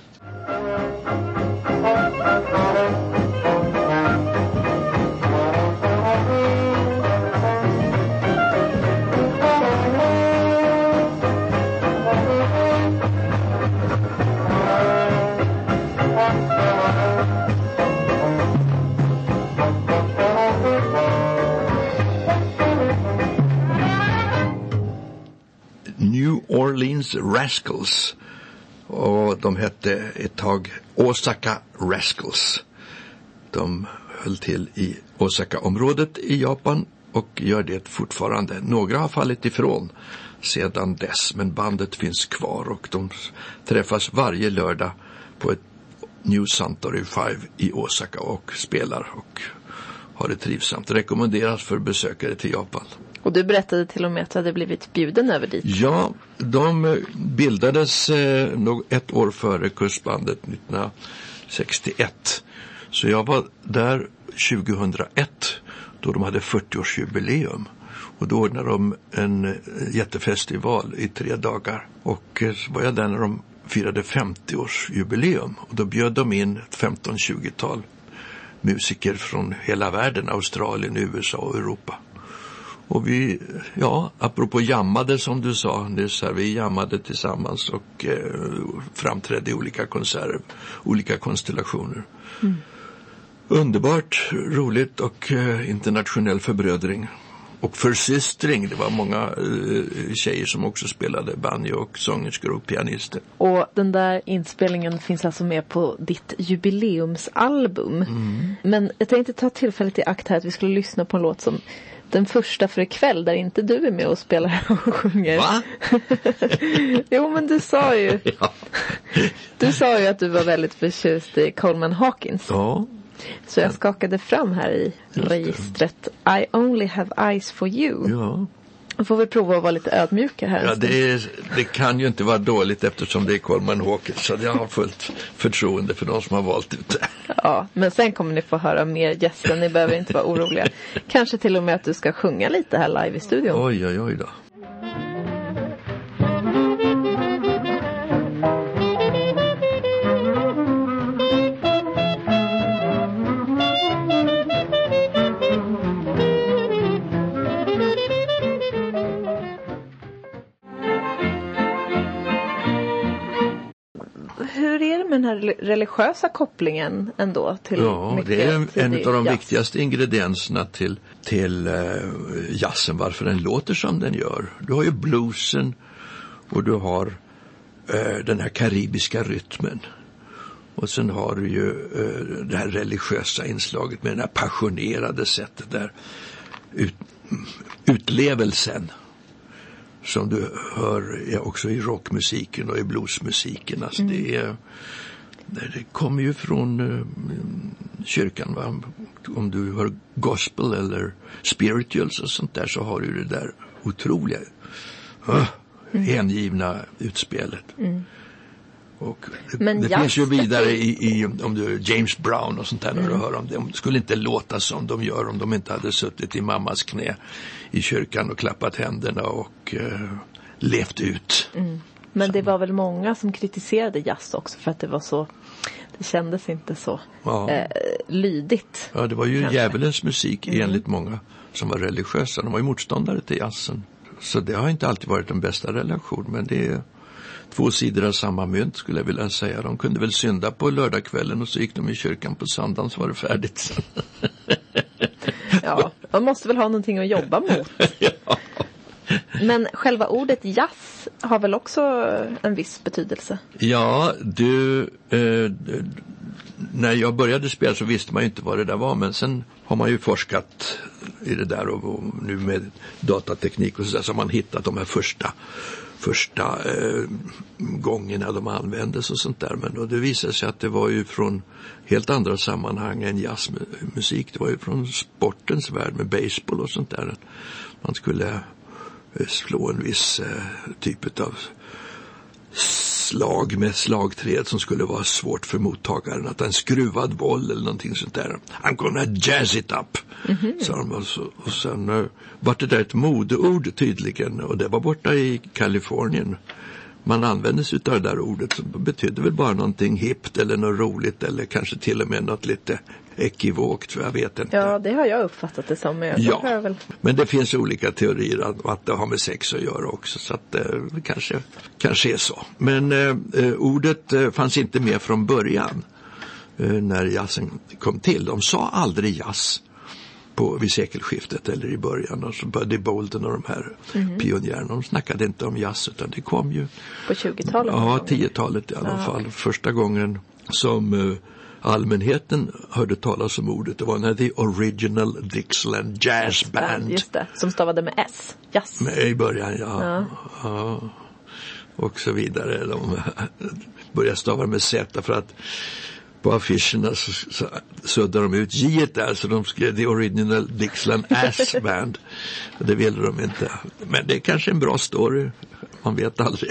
New Orleans Rascals och de hette ett tag Osaka Rascals. De höll till i Osaka-området i Japan och gör det fortfarande. Några har fallit ifrån sedan dess, men bandet finns kvar och de träffas varje lördag på ett New Suntory Five i Osaka och spelar och har det trivsamt. Rekommenderas för besökare till Japan. Och du berättade till och med att du hade blivit bjuden över dit. Ja, de bildades eh, nog ett år före Kustbandet nittonhundrasextioett. Så jag var där tjugohundraett då de hade fyrtioårsjubileum. Och då ordnade de en jättefestival i tre dagar. Och så var jag där när de firade femtioårsjubileum. Och då bjöd de in ett femton tjugotal musiker från hela världen, Australien, U S A och Europa. Och vi, ja, apropå jammade som du sa nyss här, vi jammade tillsammans och eh, framträdde i olika konserter, olika konstellationer. Mm. Underbart, roligt och eh, internationell förbrödring. Och försystring, det var många eh, tjejer som också spelade banjo och sångerskor och pianister. Och den där inspelningen finns alltså med på ditt jubileumsalbum. Mm. Men jag tänkte ta tillfället i akt här att vi skulle lyssna på en låt som den första för ikväll där inte du är med och spelar och sjunger. Va? Jo, men du sa ju ja. Du sa ju att du var väldigt förtjust i Coleman Hawkins. Ja. Så jag skakade fram här i registret I only have eyes for you. Ja. Då får vi prova att vara lite ödmjuka här. Ja, det, är, det kan ju inte vara dåligt eftersom det är Coleman Hawkins. Så jag har fullt förtroende för de som har valt ut det. Ja, men sen kommer ni få höra mer gäster. Ni behöver inte vara oroliga. Kanske till och med att du ska sjunga lite här live i studion. Oj, oj, oj då. Hur är det med den här religiösa kopplingen ändå till ja, det är en, en av de jazz. viktigaste ingredienserna till, till uh, jazzen, varför den låter som den gör. Du har ju bluesen och du har uh, den här karibiska rytmen. Och sen har du ju uh, det här religiösa inslaget med det här passionerade sättet där ut, utlevelsen. Som du hör ja, också i rockmusiken och i bluesmusiken. Alltså mm. det, är, det kommer ju från uh, kyrkan. Va? Om du hör gospel eller spirituals och sånt där så har du det där otroliga uh, mm. hängivna utspelet. Mm. Och det, det finns ju vidare i, i om du James Brown och sånt där mm. när du hör om det. De skulle inte låta som de gör om de inte hade suttit i mammas knä i kyrkan och klappat händerna och uh, levt ut. Mm. Men det var väl många som kritiserade jazz också för att det var så, det kändes inte så ja. eh, lydigt. Ja, det var ju kanske. Djävulens musik mm. enligt många som var religiösa. De var ju motståndare till jazzen. Så det har inte alltid varit den bästa relation, men det är två sidor av samma mynt skulle jag vilja säga. De kunde väl synda på lördagskvällen och så gick de i kyrkan på söndagen så var det färdigt. Ja, man måste väl ha någonting att jobba mot. Ja. Men själva ordet jazz har väl också en viss betydelse? Ja, du, eh, när jag började spela så visste man ju inte vad det där var, men sen har man ju forskat i det där och, och nu med datateknik och så där så har man hittat de här första första eh, gångerna de användes och sånt där. Men då det visade sig att det var ju från helt andra sammanhang än jazzmusik. Det var ju från sportens värld med baseball och sånt där. Man skulle eh, slå en viss eh, typ av slag med slagträd som skulle vara svårt för mottagaren. Att en skruvad boll eller någonting sånt där. I'm gonna jazz it up. Mm-hmm. Så de alltså, och sen uh, var det där ett modeord tydligen. Och det var borta i Kalifornien. Man använde sig av det där ordet som betydde väl bara någonting hippt eller något roligt. Eller kanske till och med något lite ekivokt, för jag vet inte. Ja, det har jag uppfattat det som. Jag ja, det väl... men det finns olika teorier att, att det har med sex att göra också. Så att det eh, kanske, kanske är så. Men eh, ordet eh, fanns inte med från början eh, när jazzen kom till. De sa aldrig jazz på, vid sekelskiftet eller i början. Och så Buddy Bolden och de här mm. pionjärerna, de snackade inte om jazz utan det kom ju... På tjugotalet? Ja, tiotalet i alla ah, fall. Okay. Första gången som... Eh, allmänheten hörde talas om ordet. Det var när The Original Dixieland Jazz Band. Just det, som stavade med S. Jazz. Med i början, ja. Ja. ja. Och så vidare. De började stava med Z för att på affischerna så, så suddade de ut J där, så de skrev The Original Dixieland Ass Band. Och det ville de inte. Men det är kanske en bra story. Man vet aldrig.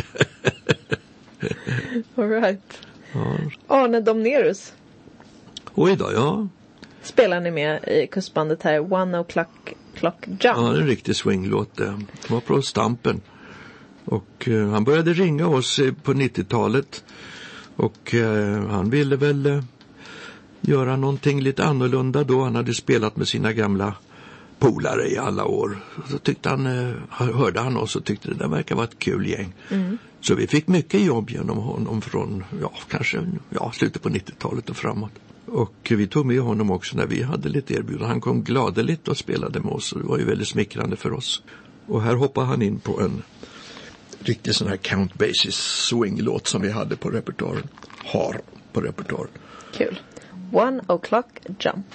All right. Ja. Arne Domnerus. Oj då, ja. Spelar ni med i kustbandet här One O'Clock Clock Jump? Ja, en riktig swinglåt. Det var på Stampen. Och eh, han började ringa oss eh, på nittiotalet. Och eh, han ville väl eh, göra någonting lite annorlunda då. Han hade spelat med sina gamla polare i alla år. Så tyckte han, eh, hörde han oss och tyckte det där verkar vara ett kul gäng. Mm. Så vi fick mycket jobb genom honom från, ja, kanske ja, slutet på nittiotalet och framåt. Och vi tog med honom också när vi hade lite erbjudande. Han kom gladeligt och spelade med oss. Och det var ju väldigt smickrande för oss. Och här hoppade han in på en riktig sån här Count Basie swinglåt som vi hade på repertoaren. Har på repertoaren. Kul. One O'Clock Jump.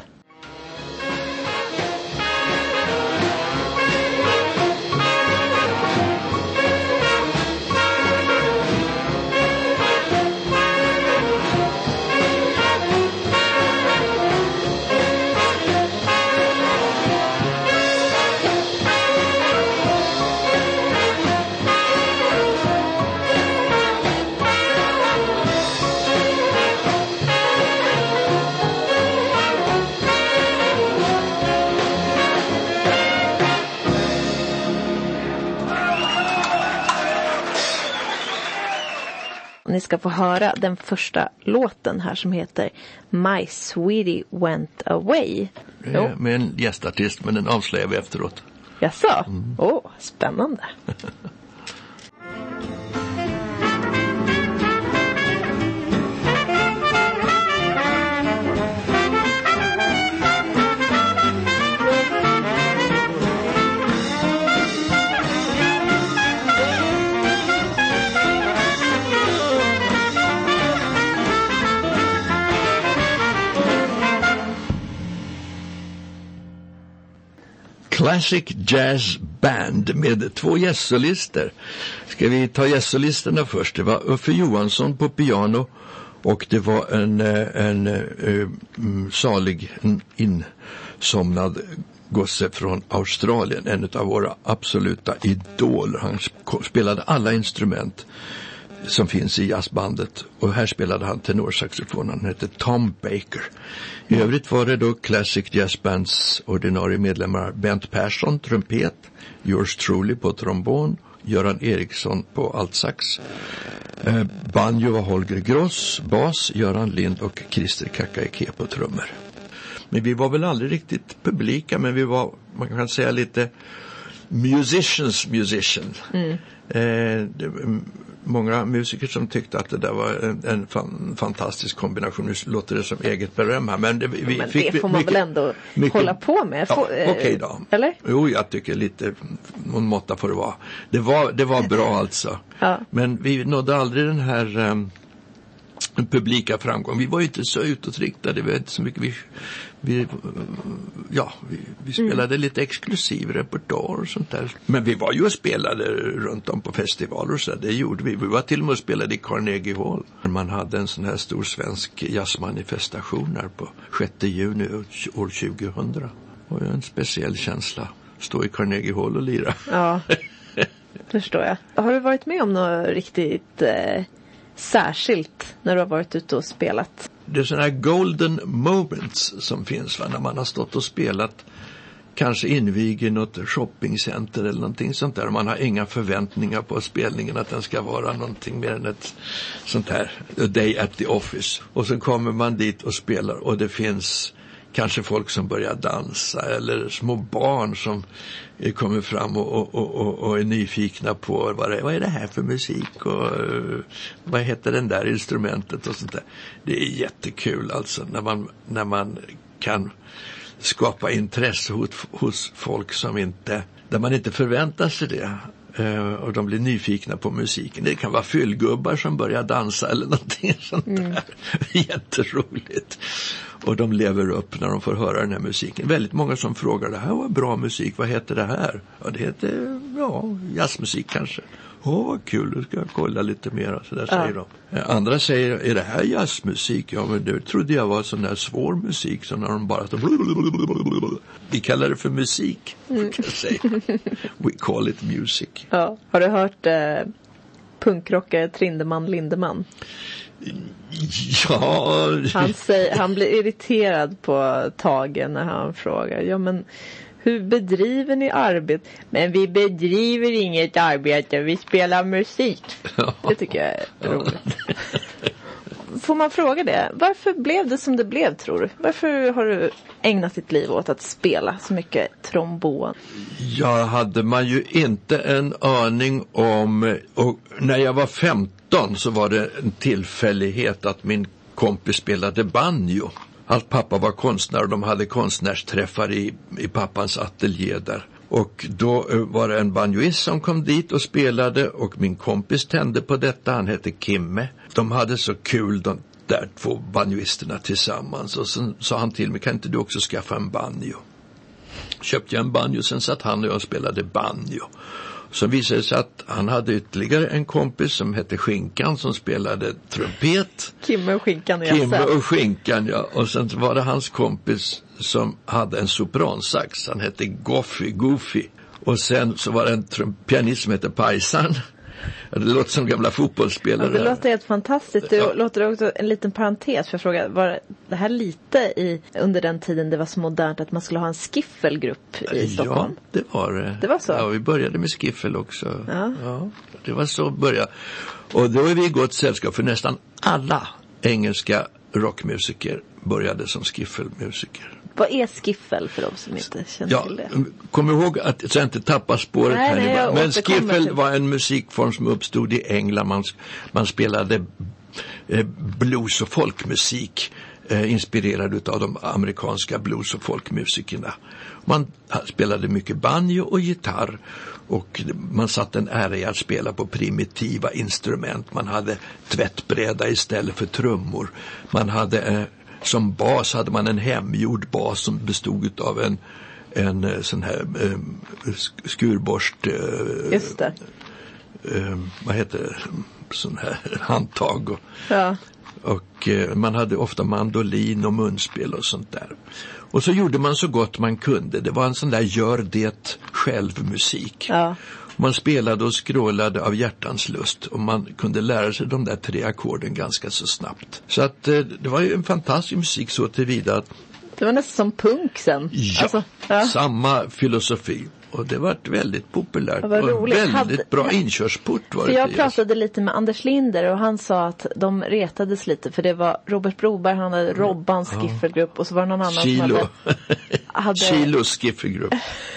Ni ska få höra den första låten här som heter My Sweetie Went Away. Ja, med en gästartist, men den avslöjar vi efteråt. Jaså? Åh, mm. oh, spännande. Classic Jazz Band med två gästsolister. Ska vi ta gästsolisterna först? Det var Uffe Johansson på piano och det var en, en, en salig insomnad gosse från Australien. En av våra absoluta idoler. Han spelade alla instrument som finns i jazzbandet. Och här spelade han tenorsaxofon. Han hette Tom Baker. I övrigt var det då Classic Jazz Bands ordinarie medlemmar Bent Persson, trumpet, Yours Truly på trombon, Göran Eriksson på altsax. Eh, banjo var Holger Gross, bas, Göran Lind och Christer Kakaike på trummor. Men vi var väl aldrig riktigt publika, men vi var, man kan säga, lite musicians musician. Mm. Eh, det, många musiker som tyckte att det där var en, en fan, fantastisk kombination. Nu låter det som eget beröm här. Men det, vi ja, men fick det får man mycket, väl ändå mycket hålla på med. Ja, Okej okay då. Eller? Jo, jag tycker lite någon måtta får det vara. Det var, det var bra alltså. Ja. Men vi nådde aldrig den här um, publika framgång. Vi var ju inte så utåtriktade. Vi var inte så mycket... Vi, vi, ja, vi, vi spelade mm. lite exklusiv repertoar och sånt där. Men vi var ju och spelade runt om på festivaler och så där. Det gjorde vi. Vi var till och med och spelade i Carnegie Hall. Man hade en sån här stor svensk jazzmanifestation här på sjätte juni år tjugohundra. Det var ju en speciell känsla. Stå i Carnegie Hall och lira. Ja, förstår jag. Har du varit med om något riktigt eh, särskilt när du har varit ute och spelat? Det är sådana här golden moments som finns, va? När man har stått och spelat, kanske invig i något shoppingcenter eller någonting sånt där. Man har inga förväntningar på spelningen att den ska vara någonting mer än ett sånt här a day at the office. Och så kommer man dit och spelar och det finns kanske folk som börjar dansa eller små barn som kommer fram och, och, och, och är nyfikna på vad, det, vad är det här för musik och uh, vad heter den där instrumentet och sånt där. Det är jättekul alltså när man, när man kan skapa intresse hos, hos folk som inte, där man inte förväntar sig det. Uh, och de blir nyfikna på musiken. Det kan vara fyllgubbar som börjar dansa eller någonting sånt mm. där. Jätteroligt. Och de lever upp när de får höra den här musiken. Väldigt många som frågar, det här var bra musik, vad heter det här? Ja, det heter, ja, jazzmusik kanske. Åh, vad kul, du ska kolla lite mer. Så där ja. Säger de. Andra säger, är det här jazzmusik? Ja, men det trodde jag var sån där svår musik. Så när de bara... Vi kallar det för musik, mm. kan jag säga. We call it music. Ja. Har du hört eh, punkrockare Trindeman Lindeman? Ja. Han, säger, han blir irriterad på Tage när han frågar, ja men hur bedriver ni arbete? Men vi bedriver inget arbete, vi spelar musik. Ja. Det tycker jag är roligt. Ja. Får man fråga det? Varför blev det som det blev, tror du? Varför har du ägnat ditt liv åt att spela så mycket trombon? Jag hade man ju inte en aning om, och när jag var femton så var det en tillfällighet att min kompis spelade banjo. Allt pappa var konstnär och de hade konstnärsträffar i, i pappans ateljé där. Och då var det en banjoist som kom dit och spelade och min kompis tände på detta, han hette Kimme. De hade så kul de där två banjoisterna tillsammans och sen sa han till mig, kan inte du också skaffa en banjo? Köpte jag en banjo, sen satt han och jag spelade banjo. Så visade det sig att han hade ytterligare en kompis som hette Skinkan som spelade trumpet. Kimme och Skinkan. Kimme och Skinkan, ja. Och sen var det hans kompis som hade en sopransax. Han hette Goffy, Goofy. Och sen så var det en pianist som hette Pajsan. Det låter som gamla fotbollsspelare. Ja, det låter helt fantastiskt. Det ja. Låter också en liten parentes för jag frågar, var det här lite i under den tiden det var så modernt att man skulle ha en skiffelgrupp i Stockholm? Ja, det var det. Det var så? Ja, vi började med skiffel också. Ja. Ja, det var så började. Och då är vi i gott sällskap för nästan alla engelska rockmusiker började som skiffelmusiker. Vad är skiffel för de som inte känner ja, till det? Kom ihåg att jag inte tappar spåret nej, här. Nej, men skiffel till... var en musikform som uppstod i England. Man, man spelade eh, blues- och folkmusik eh, inspirerad av de amerikanska blues- och folkmusikerna. Man spelade mycket banjo och gitarr och man satte en ära i att spela på primitiva instrument. Man hade tvättbräda istället för trummor. Man hade... Eh, Som bas hade man en hemgjord bas som bestod av en, en sån här eh, skurborst. Eh, Just det. Eh, vad heter det? Sån här handtag. Och, ja. och eh, man hade ofta mandolin och munspel och sånt där. Och så gjorde man så gott man kunde. Det var en sån där gör det själv musik. Ja. Man spelade och skrålade av hjärtans lust och man kunde lära sig de där tre ackorden ganska så snabbt. Så att eh, det var ju en fantastisk musik så tillvida att... Det var nästan som punk sen. Ja, alltså, ja. Samma filosofi. Och det var väldigt populärt och roligt. väldigt Hade... bra inkörsport var det. Jag pratade lite med Anders Linder och han sa att de retades lite för det var Robert Broberg, han hade Robbans ja. skiffelgrupp och så var det någon annan Kilo. som hade... hade... Kilos skiffelgrupp.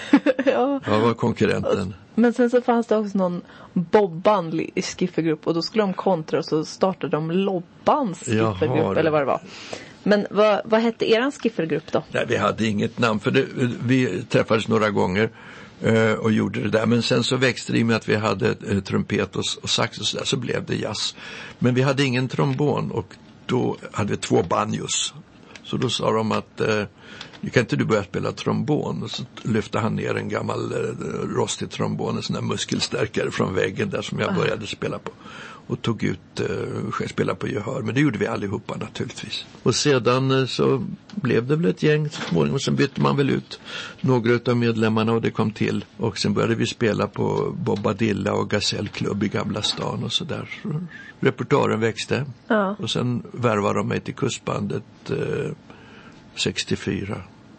ja. Ja, var konkurrenten. Men sen så fanns det också någon Bobban i skiffelgrupp och då skulle de kontra och så startade de Lobbans skiffelgrupp eller vad det var. Men vad, vad hette eran skiffelgrupp då? Nej, vi hade inget namn för det, vi träffades några gånger uh, och gjorde det där. Men sen så växte det i med att vi hade uh, trumpet och, och sax och sådär så blev det jazz. Men vi hade ingen trombon och då hade vi två banjos. Så då sa de att uh, nu kan inte du börja spela trombon. Och så lyfte han ner en gammal uh, rostig trombon, en sån där muskelstärkare från väggen där som jag började spela på. Och tog ut, uh, spela på gehör. Men det gjorde vi allihopa naturligtvis. Och sedan uh, så blev det väl ett gäng så småningom. Och sen bytte man väl ut några av medlemmarna och det kom till. Och sen började vi spela på Bobadilla och Gasellklubb i Gamla stan och sådär. Så repertoaren växte. Ja. Och sen värvade de mig till kustbandet uh, sextiofyra.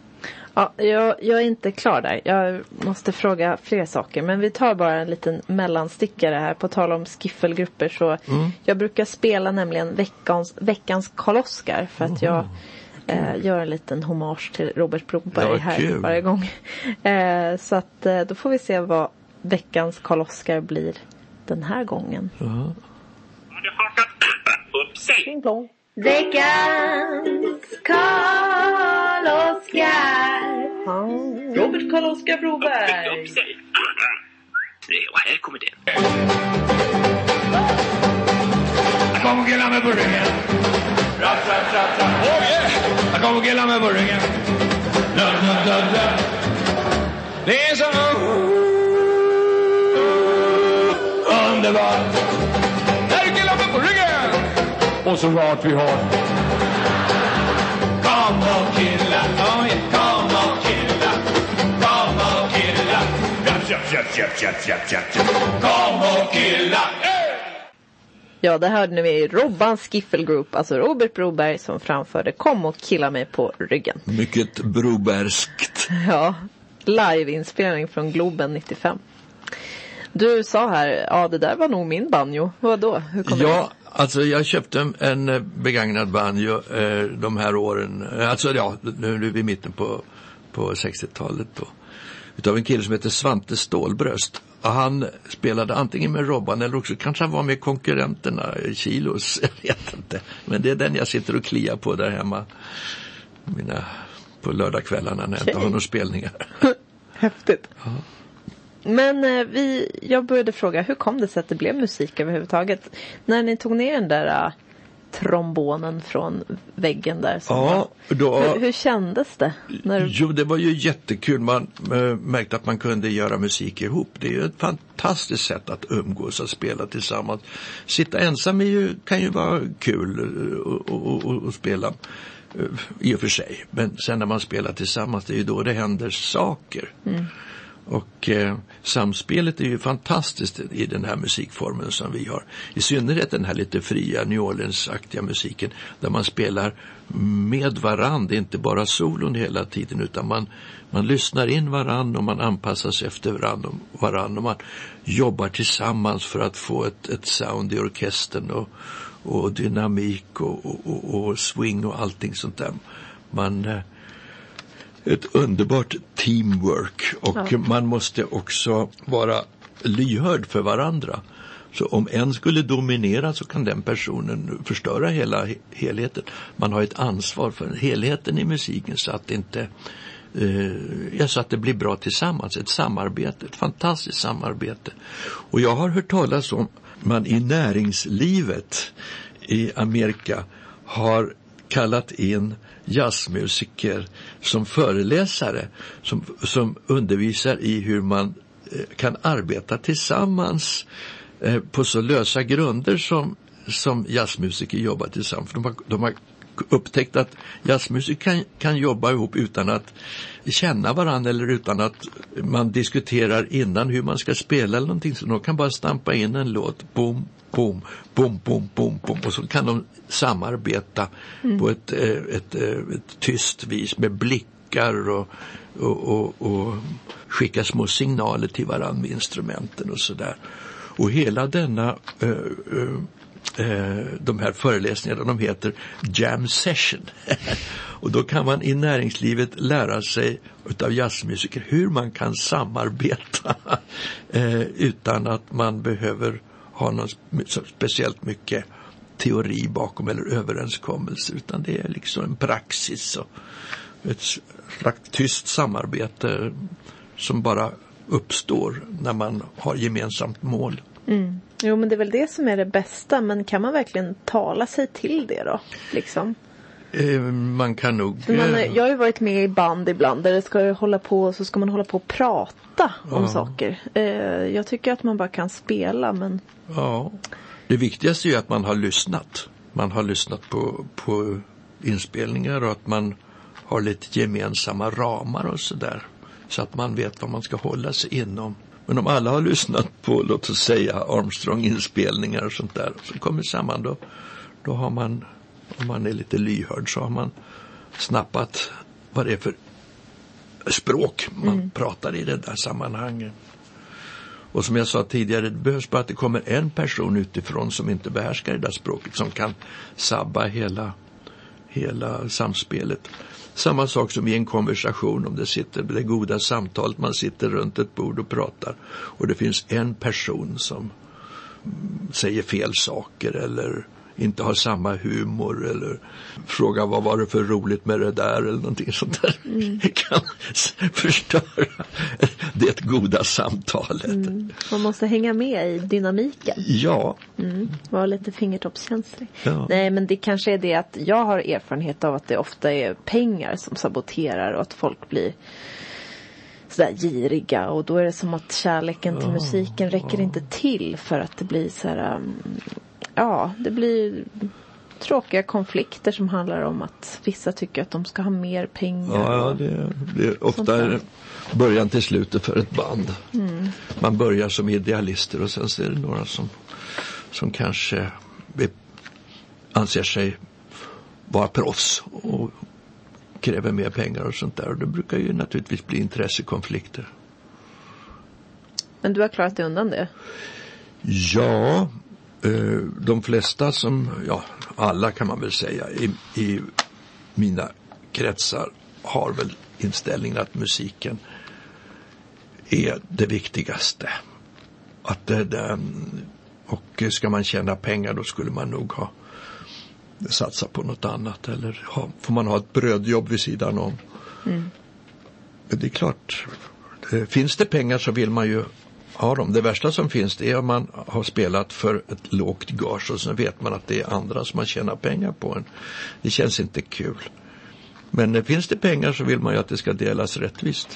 Ja, jag, jag är inte klar där. Jag måste fråga fler saker. Men vi tar bara en liten mellanstickare här. På tal om skiffelgrupper så mm. jag brukar spela nämligen veckans, veckans Karl-Oskar. För att jag eh, gör en liten hommage till Robert Broberg här kul. varje gång. Eh, så att eh, då får vi se vad veckans Karl-Oskar blir den här gången. Uh-huh. Har du hakat upp sig? Pling plong. Veckans Karl-Oskar. Oh. Robert Karl-Oskar Broberg. Upp sig. Det var här kommer det. Jag kommer gilla mig på ryggen. Rapp, rapp, rapp, rapp. Oh yeah! Jag kommer gilla mig på ryggen. Da, da, da, da. Det är så underbart. När du gillar mig på ryggen. Och så rart vi har. Kom och killa. Oh yeah. Kom och killa. Kom och killa. Rapp, rapp, rapp, rapp, rapp, rapp, rapp. Kom och killa. Ja, det hörde vi Robban Skiffle Group, alltså Robert Broberg som framförde Kom och killa mig på ryggen. Mycket broberskt. Ja, live-inspelning från Globen nittiofem. Du sa här, ja det där var nog min banjo. Vad då? Hur kom ja, det? Alltså jag köpte en begagnad banjo eh, de här åren. Alltså ja, nu är vi i mitten på, på sextiotalet då. Utav en kille som heter Svante Stålbröst. Han spelade antingen med Robban eller också kanske han var med konkurrenterna, Kilos, jag vet inte. Men det är den jag sitter och kliar på där hemma mina, på lördagskvällarna när jag inte har några spelningar. Häftigt. Ja. Men eh, vi, jag började fråga, hur kom det sig att det blev musik överhuvudtaget? När ni tog ner den där uh, trombonen från väggen där. Ja, då, hur, hur kändes det? När... Jo, det var ju jättekul. Man äh, märkte att man kunde göra musik ihop. Det är ju ett fantastiskt sätt att umgås och spela tillsammans. Sitta ensam är ju, kan ju vara kul och, och, och, och spela uh, i och för sig. Men sen när man spelar tillsammans, det är ju då det händer saker. Mm. Och eh, samspelet är ju fantastiskt i den här musikformen som vi har. I synnerhet den här lite fria New Orleans-aktiga musiken där man spelar med varann. Det är inte bara solon hela tiden utan man, man lyssnar in varann och man anpassar sig efter varann och, varann och man jobbar tillsammans för att få ett, ett sound i orkestern och, och dynamik och, och, och, och swing och allting sånt där. Man... Eh, ett underbart teamwork och ja. Man måste också vara lyhörd för varandra. Så om en skulle dominera så kan den personen förstöra hela helheten. Man har ett ansvar för helheten i musiken så att det inte eh, ja, så att det blir bra tillsammans. Ett samarbete, ett fantastiskt samarbete. Och jag har hört talas om man i näringslivet i Amerika har kallat in jazzmusiker som föreläsare som, som undervisar i hur man eh, kan arbeta tillsammans eh, på så lösa grunder som, som jazzmusiker jobbar tillsammans. För de har, de har upptäckt att jazzmusik kan, kan jobba ihop utan att känna varandra eller utan att man diskuterar innan hur man ska spela eller någonting. Så de kan bara stampa in en låt, boom, boom, boom, boom, boom, boom och så kan de samarbeta mm. på ett, ett, ett, ett tyst vis med blickar och, och, och, och skicka små signaler till varandra med instrumenten och sådär. Och hela denna uh, uh, uh, de här föreläsningarna, de heter jam session. Och då kan man i näringslivet lära sig utav jazzmusiker hur man kan samarbeta uh, utan att man behöver ha något speciellt mycket teori bakom eller överenskommelse utan det är liksom en praxis och ett slags tyst samarbete som bara uppstår när man har gemensamt mål. Mm. Jo, men det är väl det som är det bästa, men kan man verkligen tala sig till det då? Liksom? Eh, man kan nog... Man, jag har ju varit med i band ibland där det ska hålla på, så ska man hålla på och prata om ja. saker. Eh, jag tycker att man bara kan spela, men... Ja, det viktigaste är ju att man har lyssnat. Man har lyssnat på, på inspelningar och att man har lite gemensamma ramar och sådär. Så att man vet vad man ska hålla sig inom. Men om alla har lyssnat på, låt oss säga, Armstrong-inspelningar och sånt där som kommer samman då, då har man, om man är lite lyhörd så har man snappat vad det är för språk man mm. pratar i det där sammanhanget. Och som jag sa tidigare, det behövs bara att det kommer en person utifrån som inte behärskar det där språket som kan sabba hela, hela samspelet. Samma sak som i en konversation, om det sitter det goda samtalet, man sitter runt ett bord och pratar och det finns en person som säger fel saker eller inte har samma humor eller fråga vad var det för roligt med det där eller någonting sånt där mm. kan förstöra det goda samtalet. Mm. Man måste hänga med i dynamiken. Ja. Mm. Vara lite fingertoppskänslig. Ja. Nej, men det kanske är det att jag har erfarenhet av att det ofta är pengar som saboterar och att folk blir sådär giriga, och då är det som att kärleken till musiken räcker inte till för att det blir så här, ja, det blir tråkiga konflikter som handlar om att vissa tycker att de ska ha mer pengar. Ja, det, det är ofta början till slutet för ett band. Mm. Man börjar som idealister och sen så är det några som, som kanske anser sig vara proffs och kräver mer pengar och sånt där. Och det brukar ju naturligtvis bli intressekonflikter. Men du har klarat dig undan det? Ja, de flesta som, ja, alla kan man väl säga i, i mina kretsar har väl inställningen att musiken är det viktigaste. Att det, det, och ska man tjäna pengar då skulle man nog ha satsa på något annat, eller ha, får man ha ett brödjobb vid sidan om. Mm. Det är klart, det, finns det pengar så vill man ju ha dem. Det värsta som finns det är om man har spelat för ett lågt gage och så vet man att det är andra som man tjänar pengar på en. Det känns inte kul. Men finns det pengar så vill man ju att det ska delas rättvist.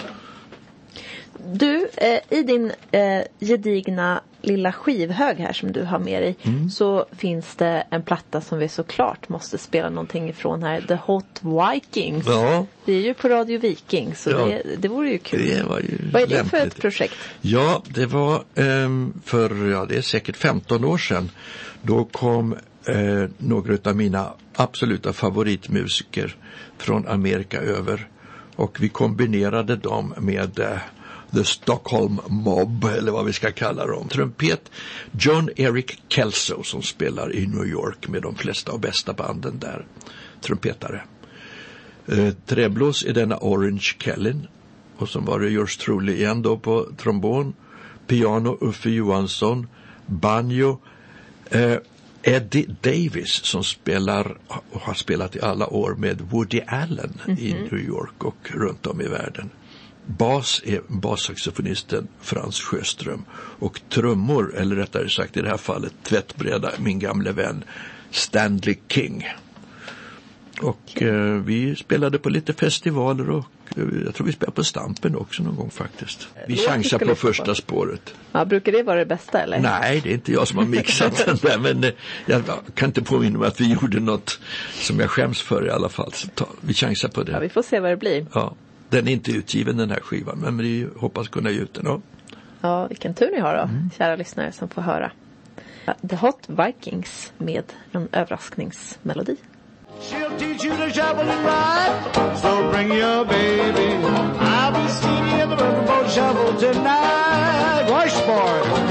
Du, eh, i din eh, gedigna lilla skivhög här som du har med dig mm. så finns det en platta som vi såklart måste spela någonting ifrån här. The Hot Vikings. Ja. Det är ju på Radio Viking, så ja. det, det vore ju kul. Det var ju Vad är det lämpligt. för ett projekt? Ja, det var um, för, ja det är säkert femton år sedan. Då kom uh, några av mina absoluta favoritmusiker från Amerika över. Och vi kombinerade dem med uh, The Stockholm Mob, eller vad vi ska kalla dem. Trumpet John Eric Kelso som spelar i New York med de flesta och bästa banden där. Trumpetare. Eh, träblås är denna Orange Kellin. Och som var det Yours Truly igen då på trombon. Piano Uffe Johansson. Banjo. Eh, Eddie Davis som spelar och har spelat i alla år med Woody Allen mm-hmm. i New York och runt om i världen. Bas är bassaxofonisten Frans Sjöström och trummor, eller rättare sagt i det här fallet tvättbräda, min gamle vän Stanley King. Och eh, vi spelade på lite festivaler och eh, jag tror vi spelade på Stampen också någon gång faktiskt. Vi chansar på första på. spåret. Ja, brukar det vara det bästa eller? Nej, det är inte jag som har mixat den där, men eh, jag kan inte påminna mig att vi gjorde något som jag skäms för i alla fall. Så ta, vi chansar på det. Ja, vi får se vad det blir. Ja. Den är inte utgiven den här skivan, men vi hoppas kunna ge ut den. Ja, ja vilken tur ni har då, mm. kära lyssnare som får höra. The Hot Vikings med en överraskningsmelodi. She'll teach you to shovel and ride, so bring your baby. I'll be seeing you in the riverboat shovel tonight. Washboard.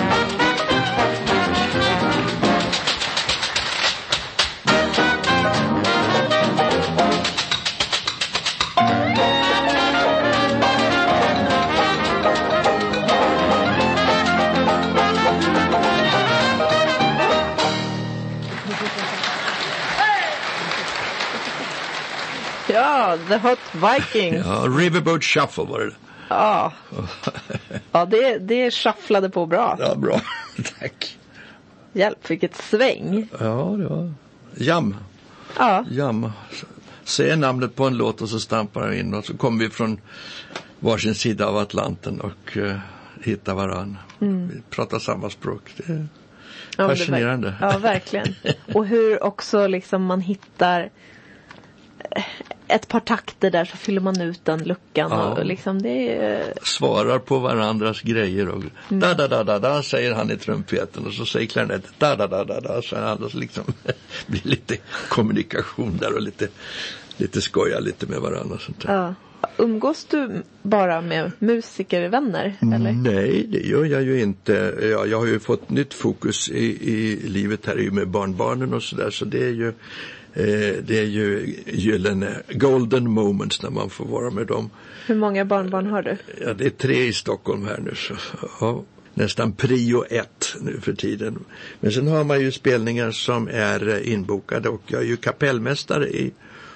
Ja, The Hot Vikings. Ja, Riverboat Shuffle var det. Ja, ja det, det shufflade på bra. Ja, bra. Tack. Hjälp, vilket sväng. Ja, det var jam. Ja. Jam. Säg namnet på en låt och så stampar jag in och så kommer vi från varsin sida av Atlanten och uh, hittar varann. Mm. Vi pratar samma språk. Det är ja, fascinerande. Det ja, verkligen. Och hur också liksom man hittar ett par takter där så fyller man ut den luckan ja. och liksom det är... svarar på varandras grejer och mm. da da da da da säger han i trumpeten och så säger klarinetten da da da da da så han liksom blir lite kommunikation där och lite lite skoja lite med varandra och sånt där. Ja. Umgås du bara med musikervänner eller? Nej, det gör jag ju inte. Jag, jag har ju fått nytt fokus i, i livet här med barnbarnen och sådär så det är ju Eh, det är ju gyllene golden moments när man får vara med dem. Hur många barnbarn har du? Ja, det är tre i Stockholm här nu. Så, ja. nästan prio ett nu för tiden. Men sen har man ju spelningar som är inbokade, och jag är ju kapellmästare i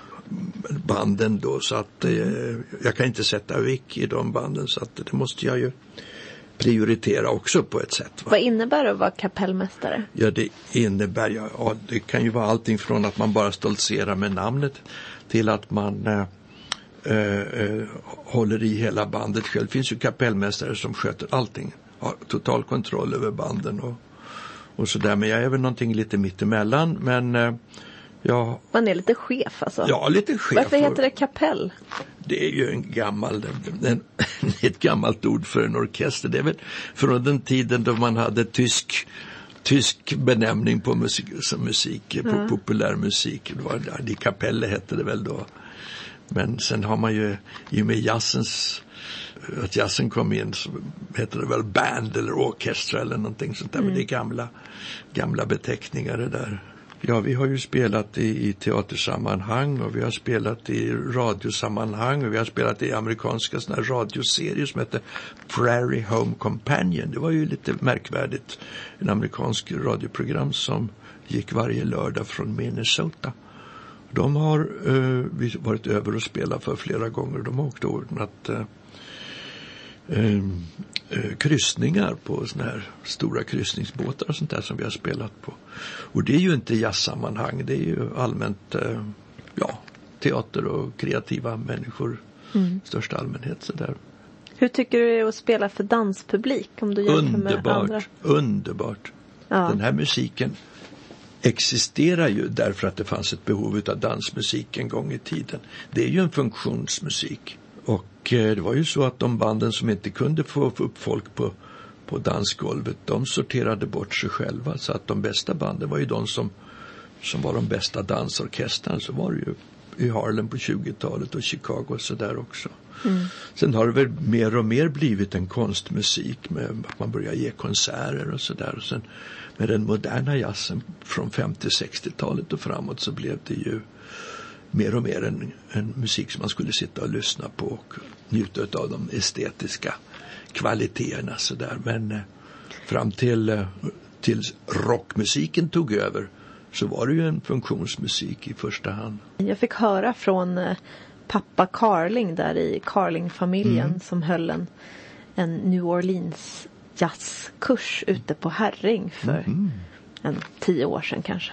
banden då, så att eh, jag kan inte sätta vick i de banden, så att det måste jag ju prioritera också på ett sätt. Va? Vad innebär det att vara kapellmästare? Ja, det innebär ja, ja, det kan ju vara allting från att man bara stoltserar med namnet till att man eh, eh, håller i hela bandet själv. Det finns ju kapellmästare som sköter allting, har total kontroll över banden och, och sådär, men jag är väl någonting lite mittemellan, men eh, ja. Man är lite chef alltså? Ja, lite chef. Varför heter det kapell? Det är ju en gammal, en, ett gammalt ord för en orkester. Det är väl från den tiden då man hade tysk, tysk benämning på musik, som musik, på mm. populärmusik. Det var det kapelle hette det väl då. Men sen har man ju, i och med jazzens, att jazzen kom in, så heter det väl band eller orkestra eller någonting sånt där. Mm. Men det är gamla, gamla beteckningar det där. Ja, vi har ju spelat i, i teatersammanhang, och vi har spelat i radiosammanhang, och vi har spelat i amerikanska såna här radioserier som heter Prairie Home Companion. Det var ju lite märkvärdigt. En amerikansk radioprogram som gick varje lördag från Minnesota. De har eh, vi varit över och spelat för flera gånger. De har också ordnat eh, eh, kryssningar på såna här stora kryssningsbåtar och sånt där som vi har spelat på. Och det är ju inte jazzsammanhang, det är ju allmänt eh, ja, teater och kreativa människor mm. största allmänhet så där. Hur tycker du det är att spela för danspublik om du jämför underbart, med andra? Underbart. Ja. Den här musiken existerar ju därför att det fanns ett behov av dansmusik en gång i tiden. Det är ju en funktionsmusik. Och eh, det var ju så att de banden som inte kunde få upp folk på, på dansgolvet, de sorterade bort sig själva. Så att de bästa banden var ju de som, som var de bästa dansorkestrarna. Så var det ju i Harlem på tjugotalet och Chicago och så där också. Mm. Sen har det väl mer och mer blivit en konstmusik med att man börjar ge konserter och så där. Och sen med den moderna jazzen från femtio-sextiotalet och framåt så blev det ju mer och mer en, en musik som man skulle sitta och lyssna på och njuta av de estetiska kvaliteterna så där. Men eh, fram till eh, till rockmusiken tog över så var det ju en funktionsmusik i första hand. Jag fick höra från eh, pappa Carling där i Carling-familjen mm. som höll en, en New Orleans jazzkurs ute på Herring för mm. en tio år sedan kanske.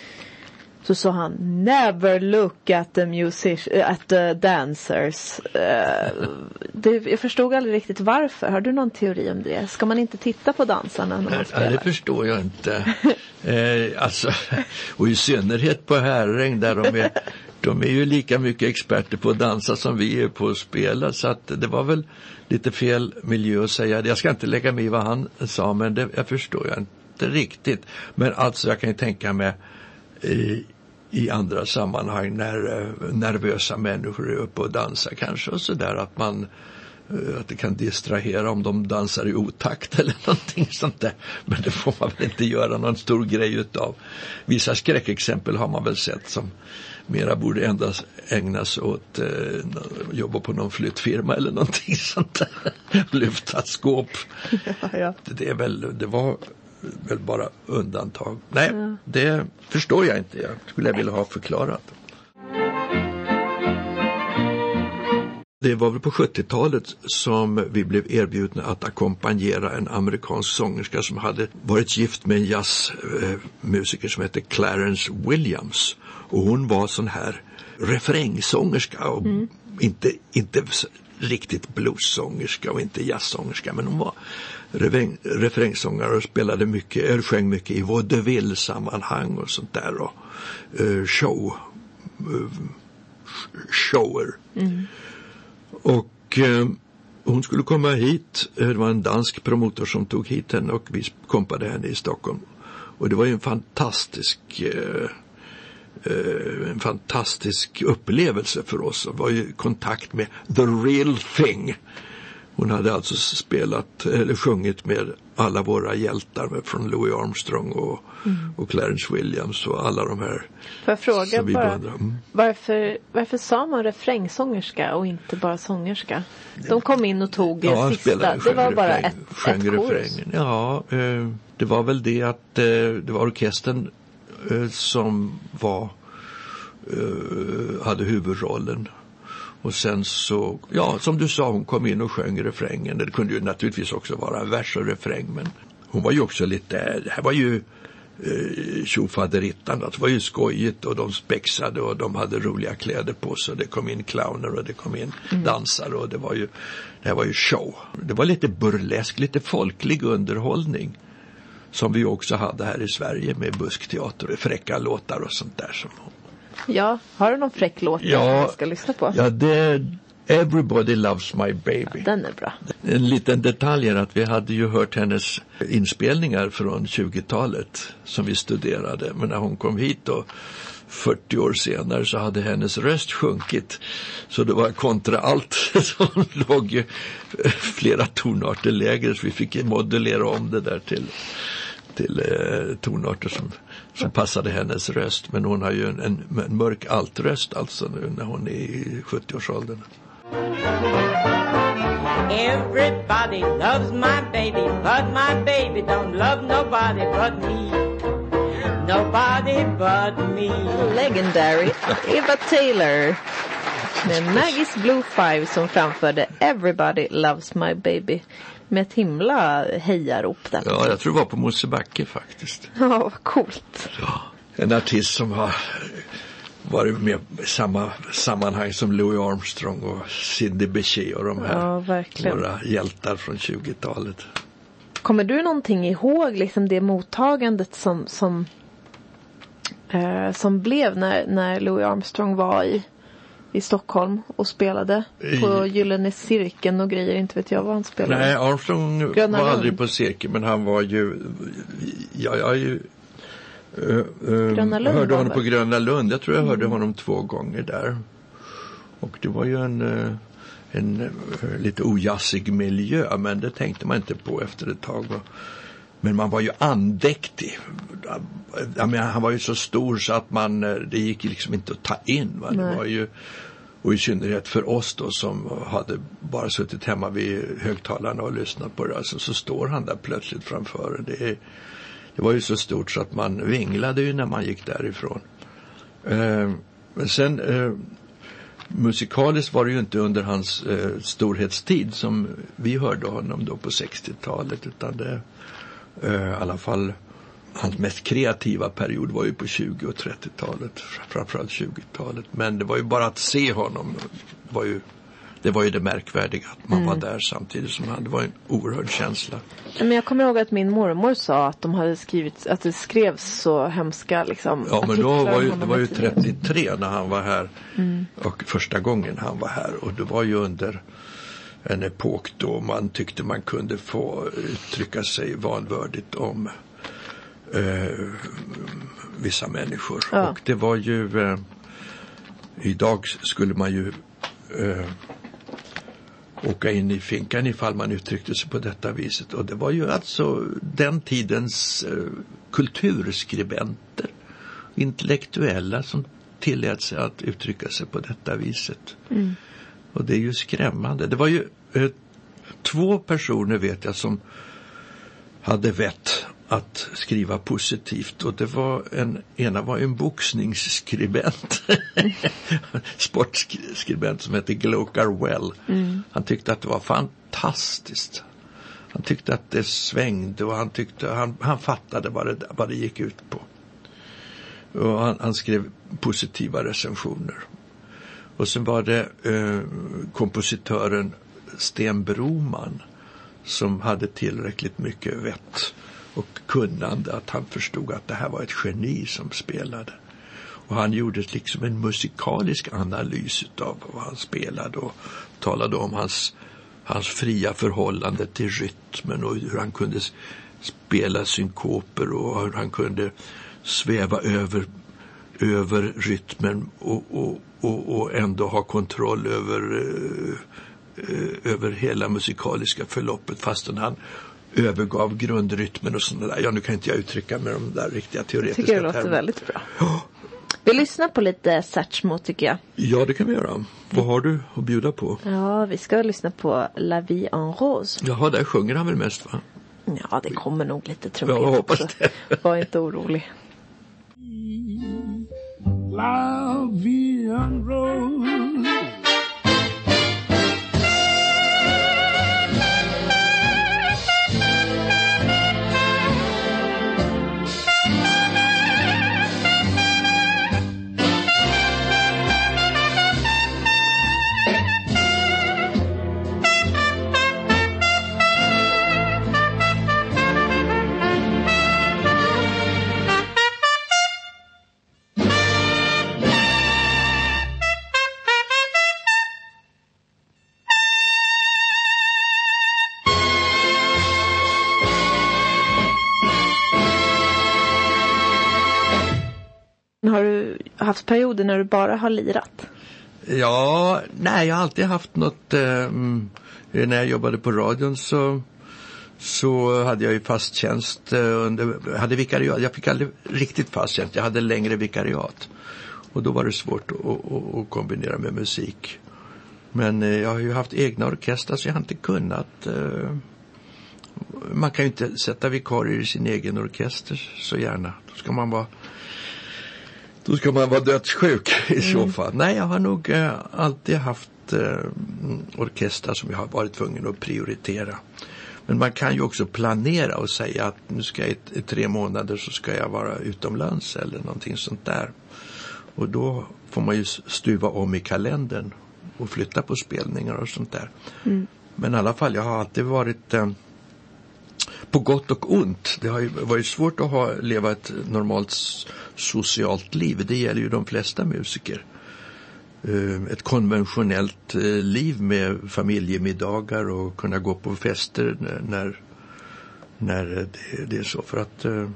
Så sa han, never look at the music, at the dancers. Uh, det, jag förstod aldrig riktigt varför. Har du någon teori om det? Ska man inte titta på dansarna när man spelar? Ja, det förstår jag inte. eh, alltså, och i synnerhet på Herräng där de är, de är ju lika mycket experter på att dansa som vi är på att spela. Så att det var väl lite fel miljö att säga. Jag ska inte lägga mig i vad han sa, men det jag förstår jag inte riktigt. Men alltså jag kan ju tänka mig i, i andra sammanhang när uh, nervösa människor är uppe och dansar kanske och sådär att man uh, att det kan distrahera om de dansar i otakt eller någonting sånt där. Men det får man väl inte göra någon stor grej utav. Vissa skräckexempel har man väl sett som mera borde endast ägnas åt uh, jobba på någon flyttfirma eller någonting sånt där. Lyfta skåp. Ja, ja. Det, det är väl, det var väl bara undantag. Nej, ja. Det förstår jag inte. Jag skulle vilja ha förklarat. Det var väl på sjuttiotalet som vi blev erbjudna att ackompanjera en amerikansk sångerska som hade varit gift med en jazzmusiker som hette Clarence Williams. Och hon var sån här refrängsångerska och mm. inte, inte riktigt bluessångerska och inte jazzsångerska, men hon var refräng, refrängsångare och spelade mycket, eller sjöng mycket i vaudeville-sammanhang och sånt där och uh, show uh, shower. Mm. Och uh, hon skulle komma hit, det var en dansk promotor som tog hit henne och vi kompade henne i Stockholm. Och det var ju en fantastisk uh, Uh, en fantastisk upplevelse för oss. Det var ju kontakt med the real thing. Hon hade alltså spelat eller sjungit med alla våra hjältar från Louis Armstrong och, mm. och Clarence Williams och alla de här. Får jag fråga vi bara, mm. varför, varför sa man refrängsångerska och inte bara sångerska? De kom in och tog ja, sista, spelade, det var bara ett, ett kors. Ja, eh, det var väl det att eh, det var orkestern eh, som var eh, hade huvudrollen. Och sen så, ja, som du sa, hon kom in och sjöng refrängen. Det kunde ju naturligtvis också vara en vers och refräng, men hon var ju också lite, det här var ju eh, tjofaderittan, det var ju skojigt och de spexade och de hade roliga kläder på sig. Det kom in clowner och det kom in mm. dansare och det var ju, det här var ju show. Det var lite burlesk, lite folklig underhållning som vi också hade här i Sverige med buskteater, fräcka låtar och sånt där som ja, har du någon fräck låt ja, som jag ska lyssna på? Ja, det Everybody Loves My Baby. Ja, den är bra. En liten detalj är att vi hade ju hört hennes inspelningar från tjugotalet som vi studerade. Men när hon kom hit och fyrtio år senare så hade hennes röst sjunkit. Så det var kontra allt som låg flera tonarter lägre. Så vi fick modulera om det där till, till eh, tonarter som... som passade hennes röst. Men hon har ju en, en, en mörk altröst alltså nu när hon är i sjuttio-årsåldern. Everybody loves my baby, but my baby don't love nobody but me. Nobody but me. Legendary Eva Taylor med Maggie's Blue Five som framförde Everybody Loves My Baby. Med ett himla hejarop där. Ja, jag tror det var på Mosebacke faktiskt. Ja, vad coolt. Ja, en artist som har varit med i samma sammanhang som Louis Armstrong och Sidney Bechet och de här ja, verkligen. Våra hjältar från tjugotalet. Kommer du någonting ihåg liksom det mottagandet som som, eh, som blev när, när Louis Armstrong var i i Stockholm och spelade på Gyllene Cirkeln och grejer, inte vet jag vad han spelade. Nej, Armstrong Gröna var Lund. aldrig på cirkeln, men han var ju ja, jag ju uh, uh, hörde honom på Gröna Lund. Jag tror jag hörde mm. honom två gånger där. Och det var ju en uh, en uh, lite ojassig miljö, men det tänkte man inte på efter ett tag. Men man var ju andäktig. Jag menar, han var ju så stor så att man, det gick liksom inte att ta in. Va? Det var ju, och i synnerhet för oss då som hade bara suttit hemma vid högtalarna och lyssnat på det. Alltså, så står han där plötsligt framför. Det, det var ju så stort så att man vinglade ju när man gick därifrån. Eh, men sen eh, musikaliskt var det ju inte under hans eh, storhetstid som vi hörde honom då på sextiotalet, utan det Uh, i alla fall hans mest kreativa period var ju på tjugo- och trettiotalet, framförallt tjugotalet. Men det var ju bara att se honom, det var ju det, var ju det märkvärdiga att man mm. var där samtidigt som han. Det var en oerhörd känsla. Men jag kommer ihåg att min mormor sa att de hade skrivit, att det skrevs så hemska liksom. Ja, men då var ju, det var ju trettiotre när han var här mm. och första gången han var här, och det var ju under en epok då man tyckte man kunde få uttrycka sig vanvördigt om eh, vissa människor. Ja. Och det var ju eh, idag skulle man ju eh, åka in i finkan ifall man uttryckte sig på detta viset. Och det var ju alltså den tidens eh, kulturskribenter, intellektuella som tillät sig att uttrycka sig på detta viset. Mm. Och det är ju skrämmande. Det var ju eh, två personer vet jag som hade vett att skriva positivt. Och det var en, ena var en boxningsskribent. Sportskribent som hette Glokar Well. Mm. Han tyckte att det var fantastiskt. Han tyckte att det svängde och han tyckte han, han fattade vad det, vad det gick ut på. Och han, han skrev positiva recensioner. Och sen var det eh, kompositören Sten Broman som hade tillräckligt mycket vett och kunnande att han förstod att det här var ett geni som spelade. Och han gjorde liksom en musikalisk analys av vad han spelade och talade om hans, hans fria förhållande till rytmen och hur han kunde spela synkoper och hur han kunde sväva över, över rytmen och, och Och, och ändå ha kontroll över, eh, över hela musikaliska förloppet fastän han övergav grundrytmen och sådana där. Ja, nu kan inte jag uttrycka med de där riktiga teoretiska tycker det låter termerna. väldigt bra. Ja. Vi lyssnar på lite Satchmo tycker jag. Ja, det kan vi göra. Vad har du att bjuda på? Ja, vi ska lyssna på La Vie en Rose. Jaha, där sjunger han väl mest, va? Ja, det kommer nog lite trumpet Ja, jag hoppas också. det. Var inte orolig. La vie en rose. Har du haft perioder när du bara har lirat? Ja, nej, jag har alltid haft något. Eh, när jag jobbade på radion så, så hade jag ju fast tjänst. Eh, under, hade vikariat. Jag fick aldrig riktigt fast tjänst. Jag hade längre vikariat. Och då var det svårt att, att, att kombinera med musik. Men eh, jag har ju haft egna orkestrar så jag har inte kunnat. Eh, man kan ju inte sätta vikarier i sin egen orkester så gärna. Då ska man vara... Då ska man vara dödssjuk i så mm. fall. Nej, jag har nog eh, alltid haft eh, orkestrar som jag har varit tvungen att prioritera. Men man kan ju också planera och säga att nu ska jag i, i tre månader så ska jag vara utomlands eller någonting sånt där. Och då får man ju stuva om i kalendern och flytta på spelningar och sånt där. Mm. Men i alla fall, jag har alltid varit... Eh, på gott och ont. Det har ju varit svårt att ha, leva ett normalt socialt liv. Det gäller ju de flesta musiker. Ett konventionellt liv med familjemiddagar och kunna gå på fester när, när det, det är så. För att ja,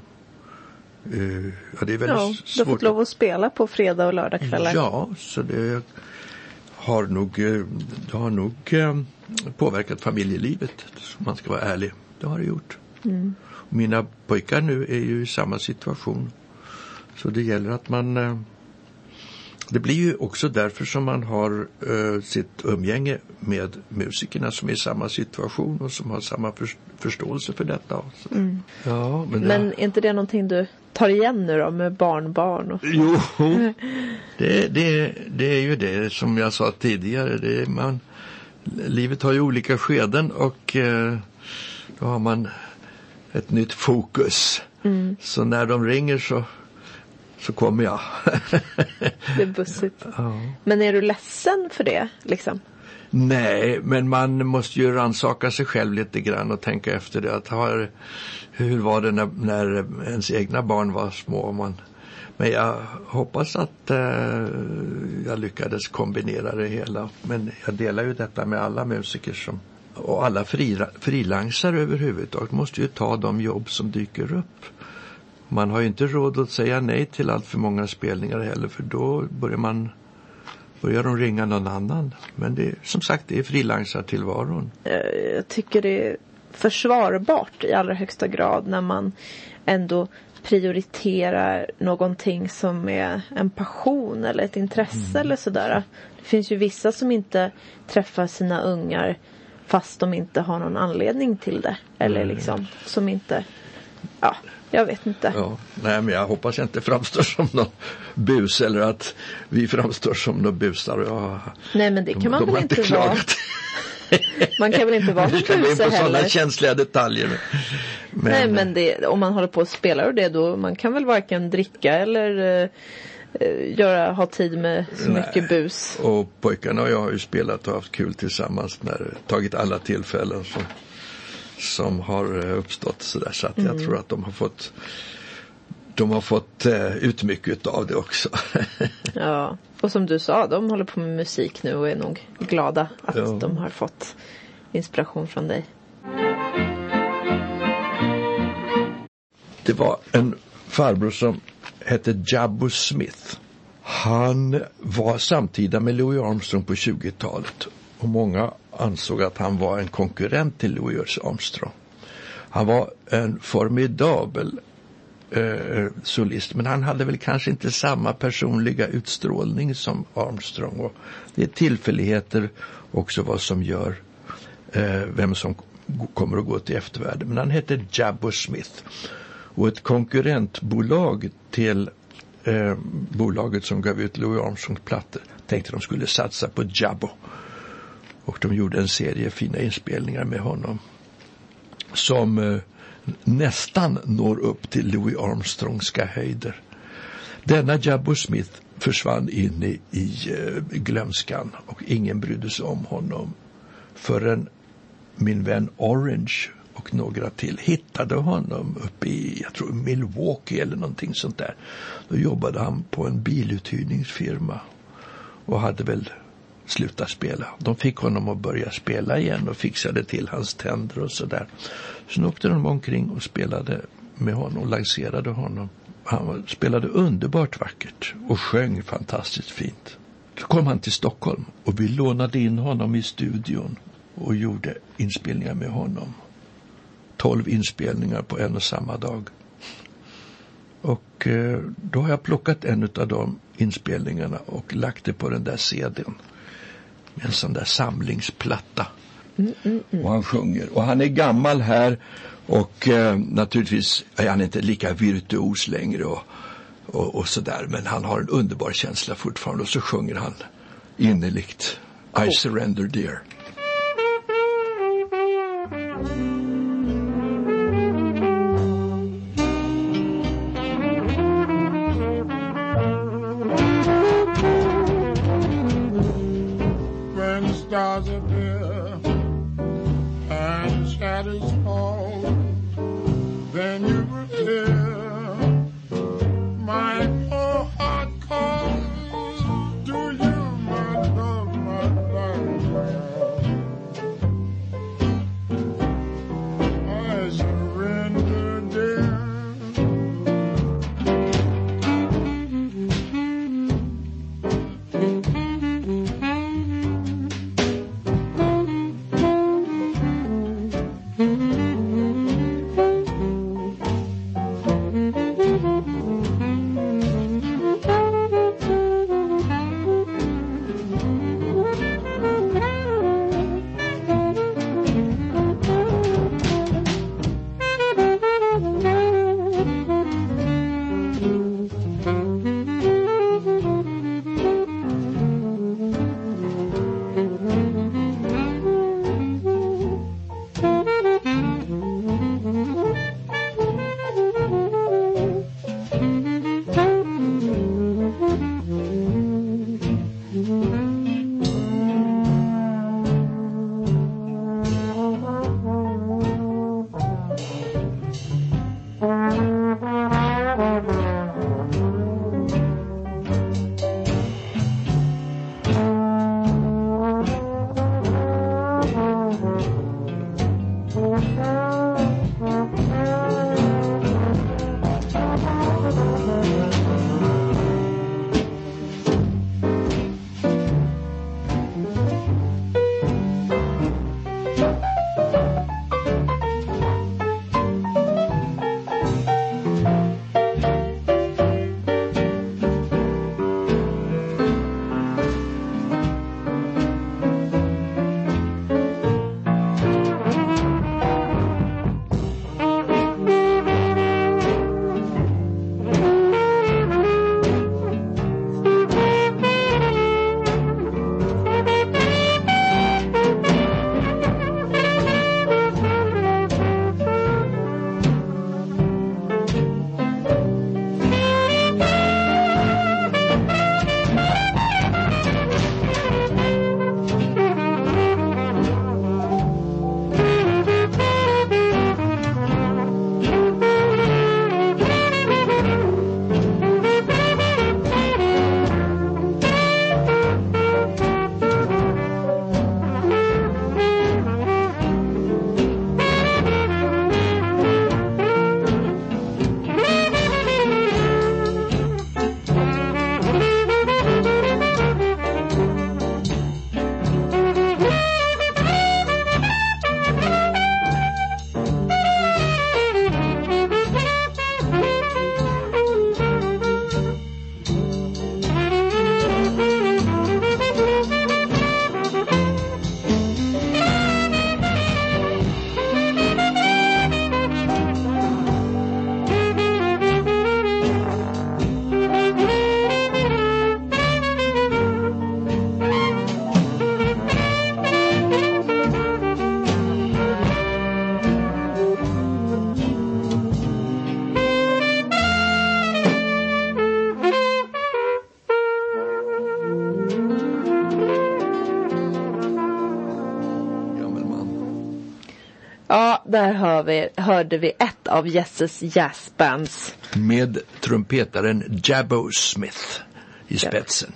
det är väldigt ja, svårt. Du har fått lov att spela på fredag och lördagkvällar. Ja, så det har nog, det har nog påverkat familjelivet, om man ska vara ärlig. Det har det gjort. Mm. Mina pojkar nu är ju i samma situation. Så det gäller att man... Eh, det blir ju också därför som man har eh, sitt umgänge med musikerna som är i samma situation och som har samma för, förståelse för detta. Mm. Ja, men men det... är inte det någonting du tar igen nu då med barnbarn? Och... Jo, det, det, det är ju det som jag sa tidigare. Det är man, livet har ju olika skeden och... Eh, då har man ett nytt fokus. Mm. Så när de ringer så, så kommer jag. Det är bussigt. Ja. Men är du ledsen för det? Liksom? Nej, men man måste ju rannsaka sig själv lite grann och tänka efter det. Att har, hur var det när, när ens egna barn var små? Man, men jag hoppas att eh, jag lyckades kombinera det hela. Men jag delar ju detta med alla musiker som... Och alla fri, frilansare överhuvudtaget måste ju ta de jobb som dyker upp. Man har ju inte råd att säga nej till allt för många spelningar heller. För då börjar man börjar de ringa någon annan. Men det, som sagt, det är frilansartillvaron. Jag tycker det är försvarbart i allra högsta grad när man ändå prioriterar någonting som är en passion eller ett intresse mm. eller sådär. Det finns ju vissa som inte träffar sina ungar fast de inte har någon anledning till det. Eller liksom, som inte... Ja, jag vet inte. Ja, nej, men jag hoppas jag inte framstår som någon bus eller att vi framstår som någon busar. Ja, nej, men det kan de, man de väl inte vara. Man kan väl inte vara en buse heller. Vi kan på sådana känsliga detaljer. Men, nej, men det, om man håller på att spela och det då, man kan väl varken dricka eller... göra, ha tid med så Nej. mycket bus. Och pojkarna och jag har ju spelat och haft kul tillsammans när tagit alla tillfällen som, som har uppstått så där, så att mm. jag tror att de har fått de har fått uh, ut mycket av det också. Ja, och som du sa, de håller på med musik nu och är nog glada att ja. de har fått inspiration från dig. Det var en farbror som hette Jabbo Smith. Han var samtida med Louis Armstrong på tjugotalet och många ansåg att han var en konkurrent till Louis Armstrong. Han var en formidabel eh, solist, men han hade väl kanske inte samma personliga utstrålning som Armstrong, och det är tillfälligheter också vad som gör eh, vem som kommer att gå till eftervärlden. Men han hette Jabbo Smith, och ett konkurrentbolag till eh, bolaget som gav ut Louis Armstrongs plattor tänkte de skulle satsa på Jabbo, och de gjorde en serie fina inspelningar med honom som eh, nästan når upp till Louis Armstrongska höjder. Denna Jabbo Smith försvann in i, i eh, glömskan, och ingen brydde sig om honom förrän min vän Orange och några till hittade honom uppe i, jag tror Milwaukee eller någonting sånt där. Då jobbade han på en biluthyrningsfirma och hade väl slutat spela. De fick honom att börja spela igen och fixade till hans tänder och sådär. Så åkte de omkring och spelade med honom och lanserade honom. Han spelade underbart vackert och sjöng fantastiskt fint. Så kom han till Stockholm och vi lånade in honom i studion och gjorde inspelningar med honom. Tolv inspelningar på en och samma dag. Och eh, då har jag plockat en av de inspelningarna och lagt det på den där C D:n. En sån där samlingsplatta. Mm, mm, mm. Och han sjunger. Och han är gammal här, och eh, naturligtvis är han inte lika virtuos längre och, och, och sådär. Men han har en underbar känsla fortfarande, och så sjunger han innerligt I surrender dear. Stars appear and shadows fall, then you appear, my poor heart calls, do you, my love, my love, där hör vi, hörde vi ett av Jesses jazzbands. Med trumpetaren Jabbo Smith i spetsen.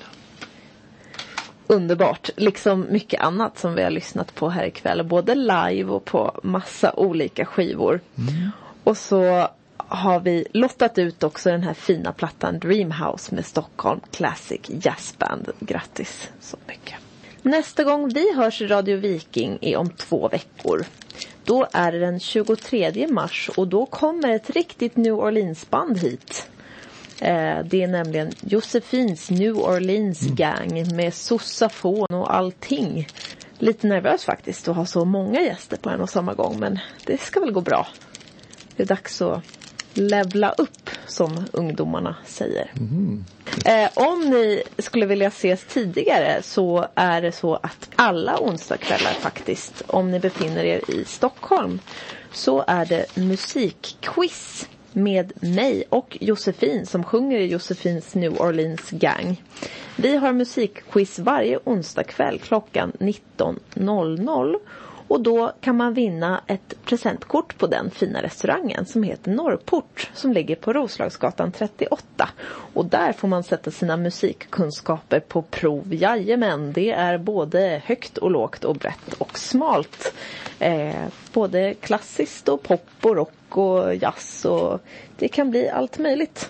Underbart, liksom mycket annat som vi har lyssnat på här ikväll. Både live och på massa olika skivor. Mm. Och så har vi lottat ut också den här fina plattan Dreamhouse med Stockholm Classic Jazzband. Grattis så mycket. Nästa gång vi hörs i Radio Viking är om två veckor. Då är det den tjugotredje mars och då kommer ett riktigt New Orleans-band hit. Eh, det är nämligen Josefins New Orleans Gang med sossafon och allting. Lite nervös faktiskt att ha så många gäster på en och samma gång, men det ska väl gå bra. Det är dags att levla upp, som ungdomarna säger. Mm. Eh, om ni skulle vilja ses tidigare så är det så att alla onsdagskvällar faktiskt, om ni befinner er i Stockholm, så är det musikquiz med mig och Josefin som sjunger i Josefins New Orleans Gang. Vi har musikquiz varje onsdagkväll klockan nitton noll noll. Och då kan man vinna ett presentkort på den fina restaurangen som heter Norrport, som ligger på Roslagsgatan trettioåtta. Och där får man sätta sina musikkunskaper på prov. Jajamän, det är både högt och lågt och brett och smalt. Eh, både klassiskt och pop och rock och jazz, och det kan bli allt möjligt.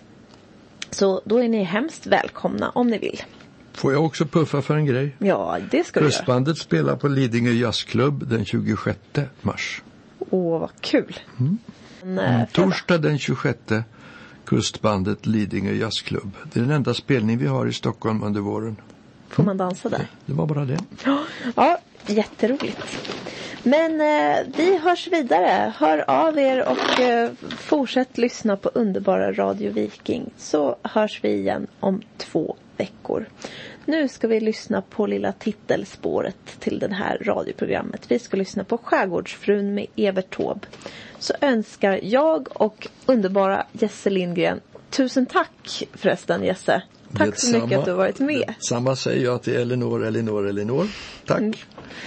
Så då är ni hemskt välkomna om ni vill. Får jag också puffa för en grej? Ja, det ska du göra. Kustbandet spelar på Lidingö Jazzklubb den tjugosjätte mars. Åh, vad kul. Mm. Men, mm, torsdag den tjugosjätte, Kustbandet Lidingö Jazzklubb. Det är den enda spelning vi har i Stockholm under våren. Får man dansa där? Det var bara det. Ja, jätteroligt. Men eh, vi hörs vidare. Hör av er och eh, fortsätt lyssna på underbara Radio Viking. Så hörs vi igen om två veckor. Nu ska vi lyssna på lilla titelspåret till det här radioprogrammet. Vi ska lyssna på Skärgårdsfrun med Evert Taube. Så önskar jag och underbara Jesse Lindgren. Tusen tack förresten, Jesse. Tack det så mycket samma, att du har varit med. Samma säger jag till Elinor, Elinor, Elinor. Tack. Mm.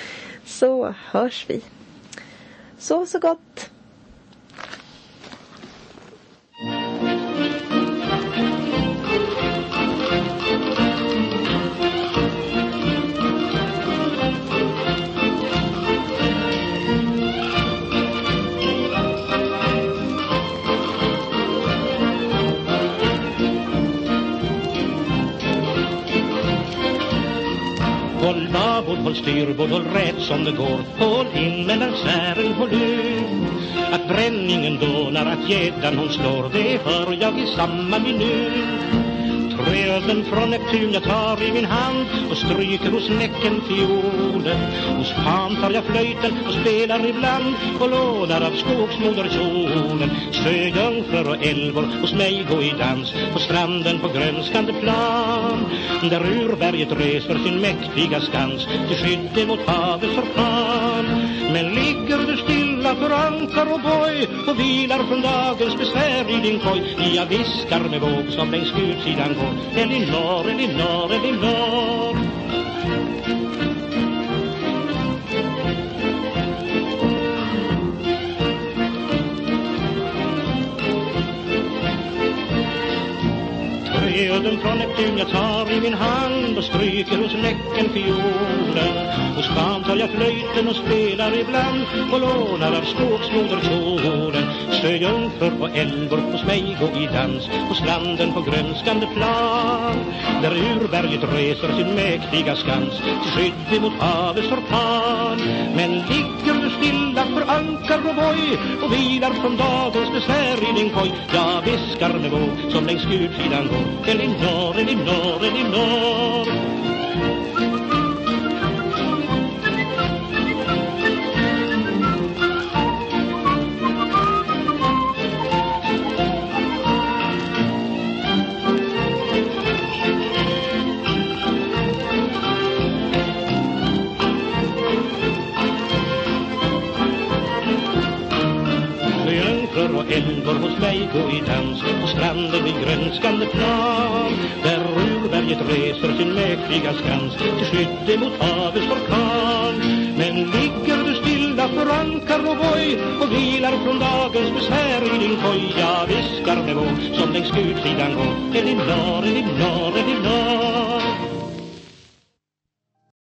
Så hörs vi. Så så gott. Håll babord, håll styrbord, håll rätt som det går. Håll in mellan sären, håll ut. Att bränningen dånar, att gäddan hon slår, det hör jag i samma minut. Tröden från Neptun jag tar i min hand och stryker hos näcken fiolen. Hos Pan tar jag flöjten och spelar ibland och lånar av skogsmoderkjolen. Sjöjungfrur och älvor hos mig gå i dans på stranden på grönskande plan. Där urberget reser sin mäktiga skans till skydd mot havets orkan. Men ligger du stilla för ankar och boj och vilar från dagens besvär i din koj, jag viskar med våg som längs skudsidan går. Elinor, Elinor, Elinor. Träden från Neptun jag tar i min hand och stryker hos näcken fiolen. Hos Pan tar jag flöjten och spelar ibland och lånar av skogsmoderkjolen. Sjöjungfrur och älvor hos mig gå i dans på stranden på grönskande plan. Där urberget reser sin mäktiga skans till skydd mot havets orkan. Men ligger du stilla för ankar och boj och vilar från dagens besvär i din koj, jag viskar med våg som längs skudsidan går. Elinor, Elinor, Elinor. Och älvor hos mig gå i dans på stranden vid grönskande plan. Där urberget reser sin mäktiga skans till skydd mot havets orkan. Men ligger du stilla för ankar och boj och vilar från dagens besvär i din koja. Viskar med vår som längs skudsidan går. Elinor, Elinor, Elinor.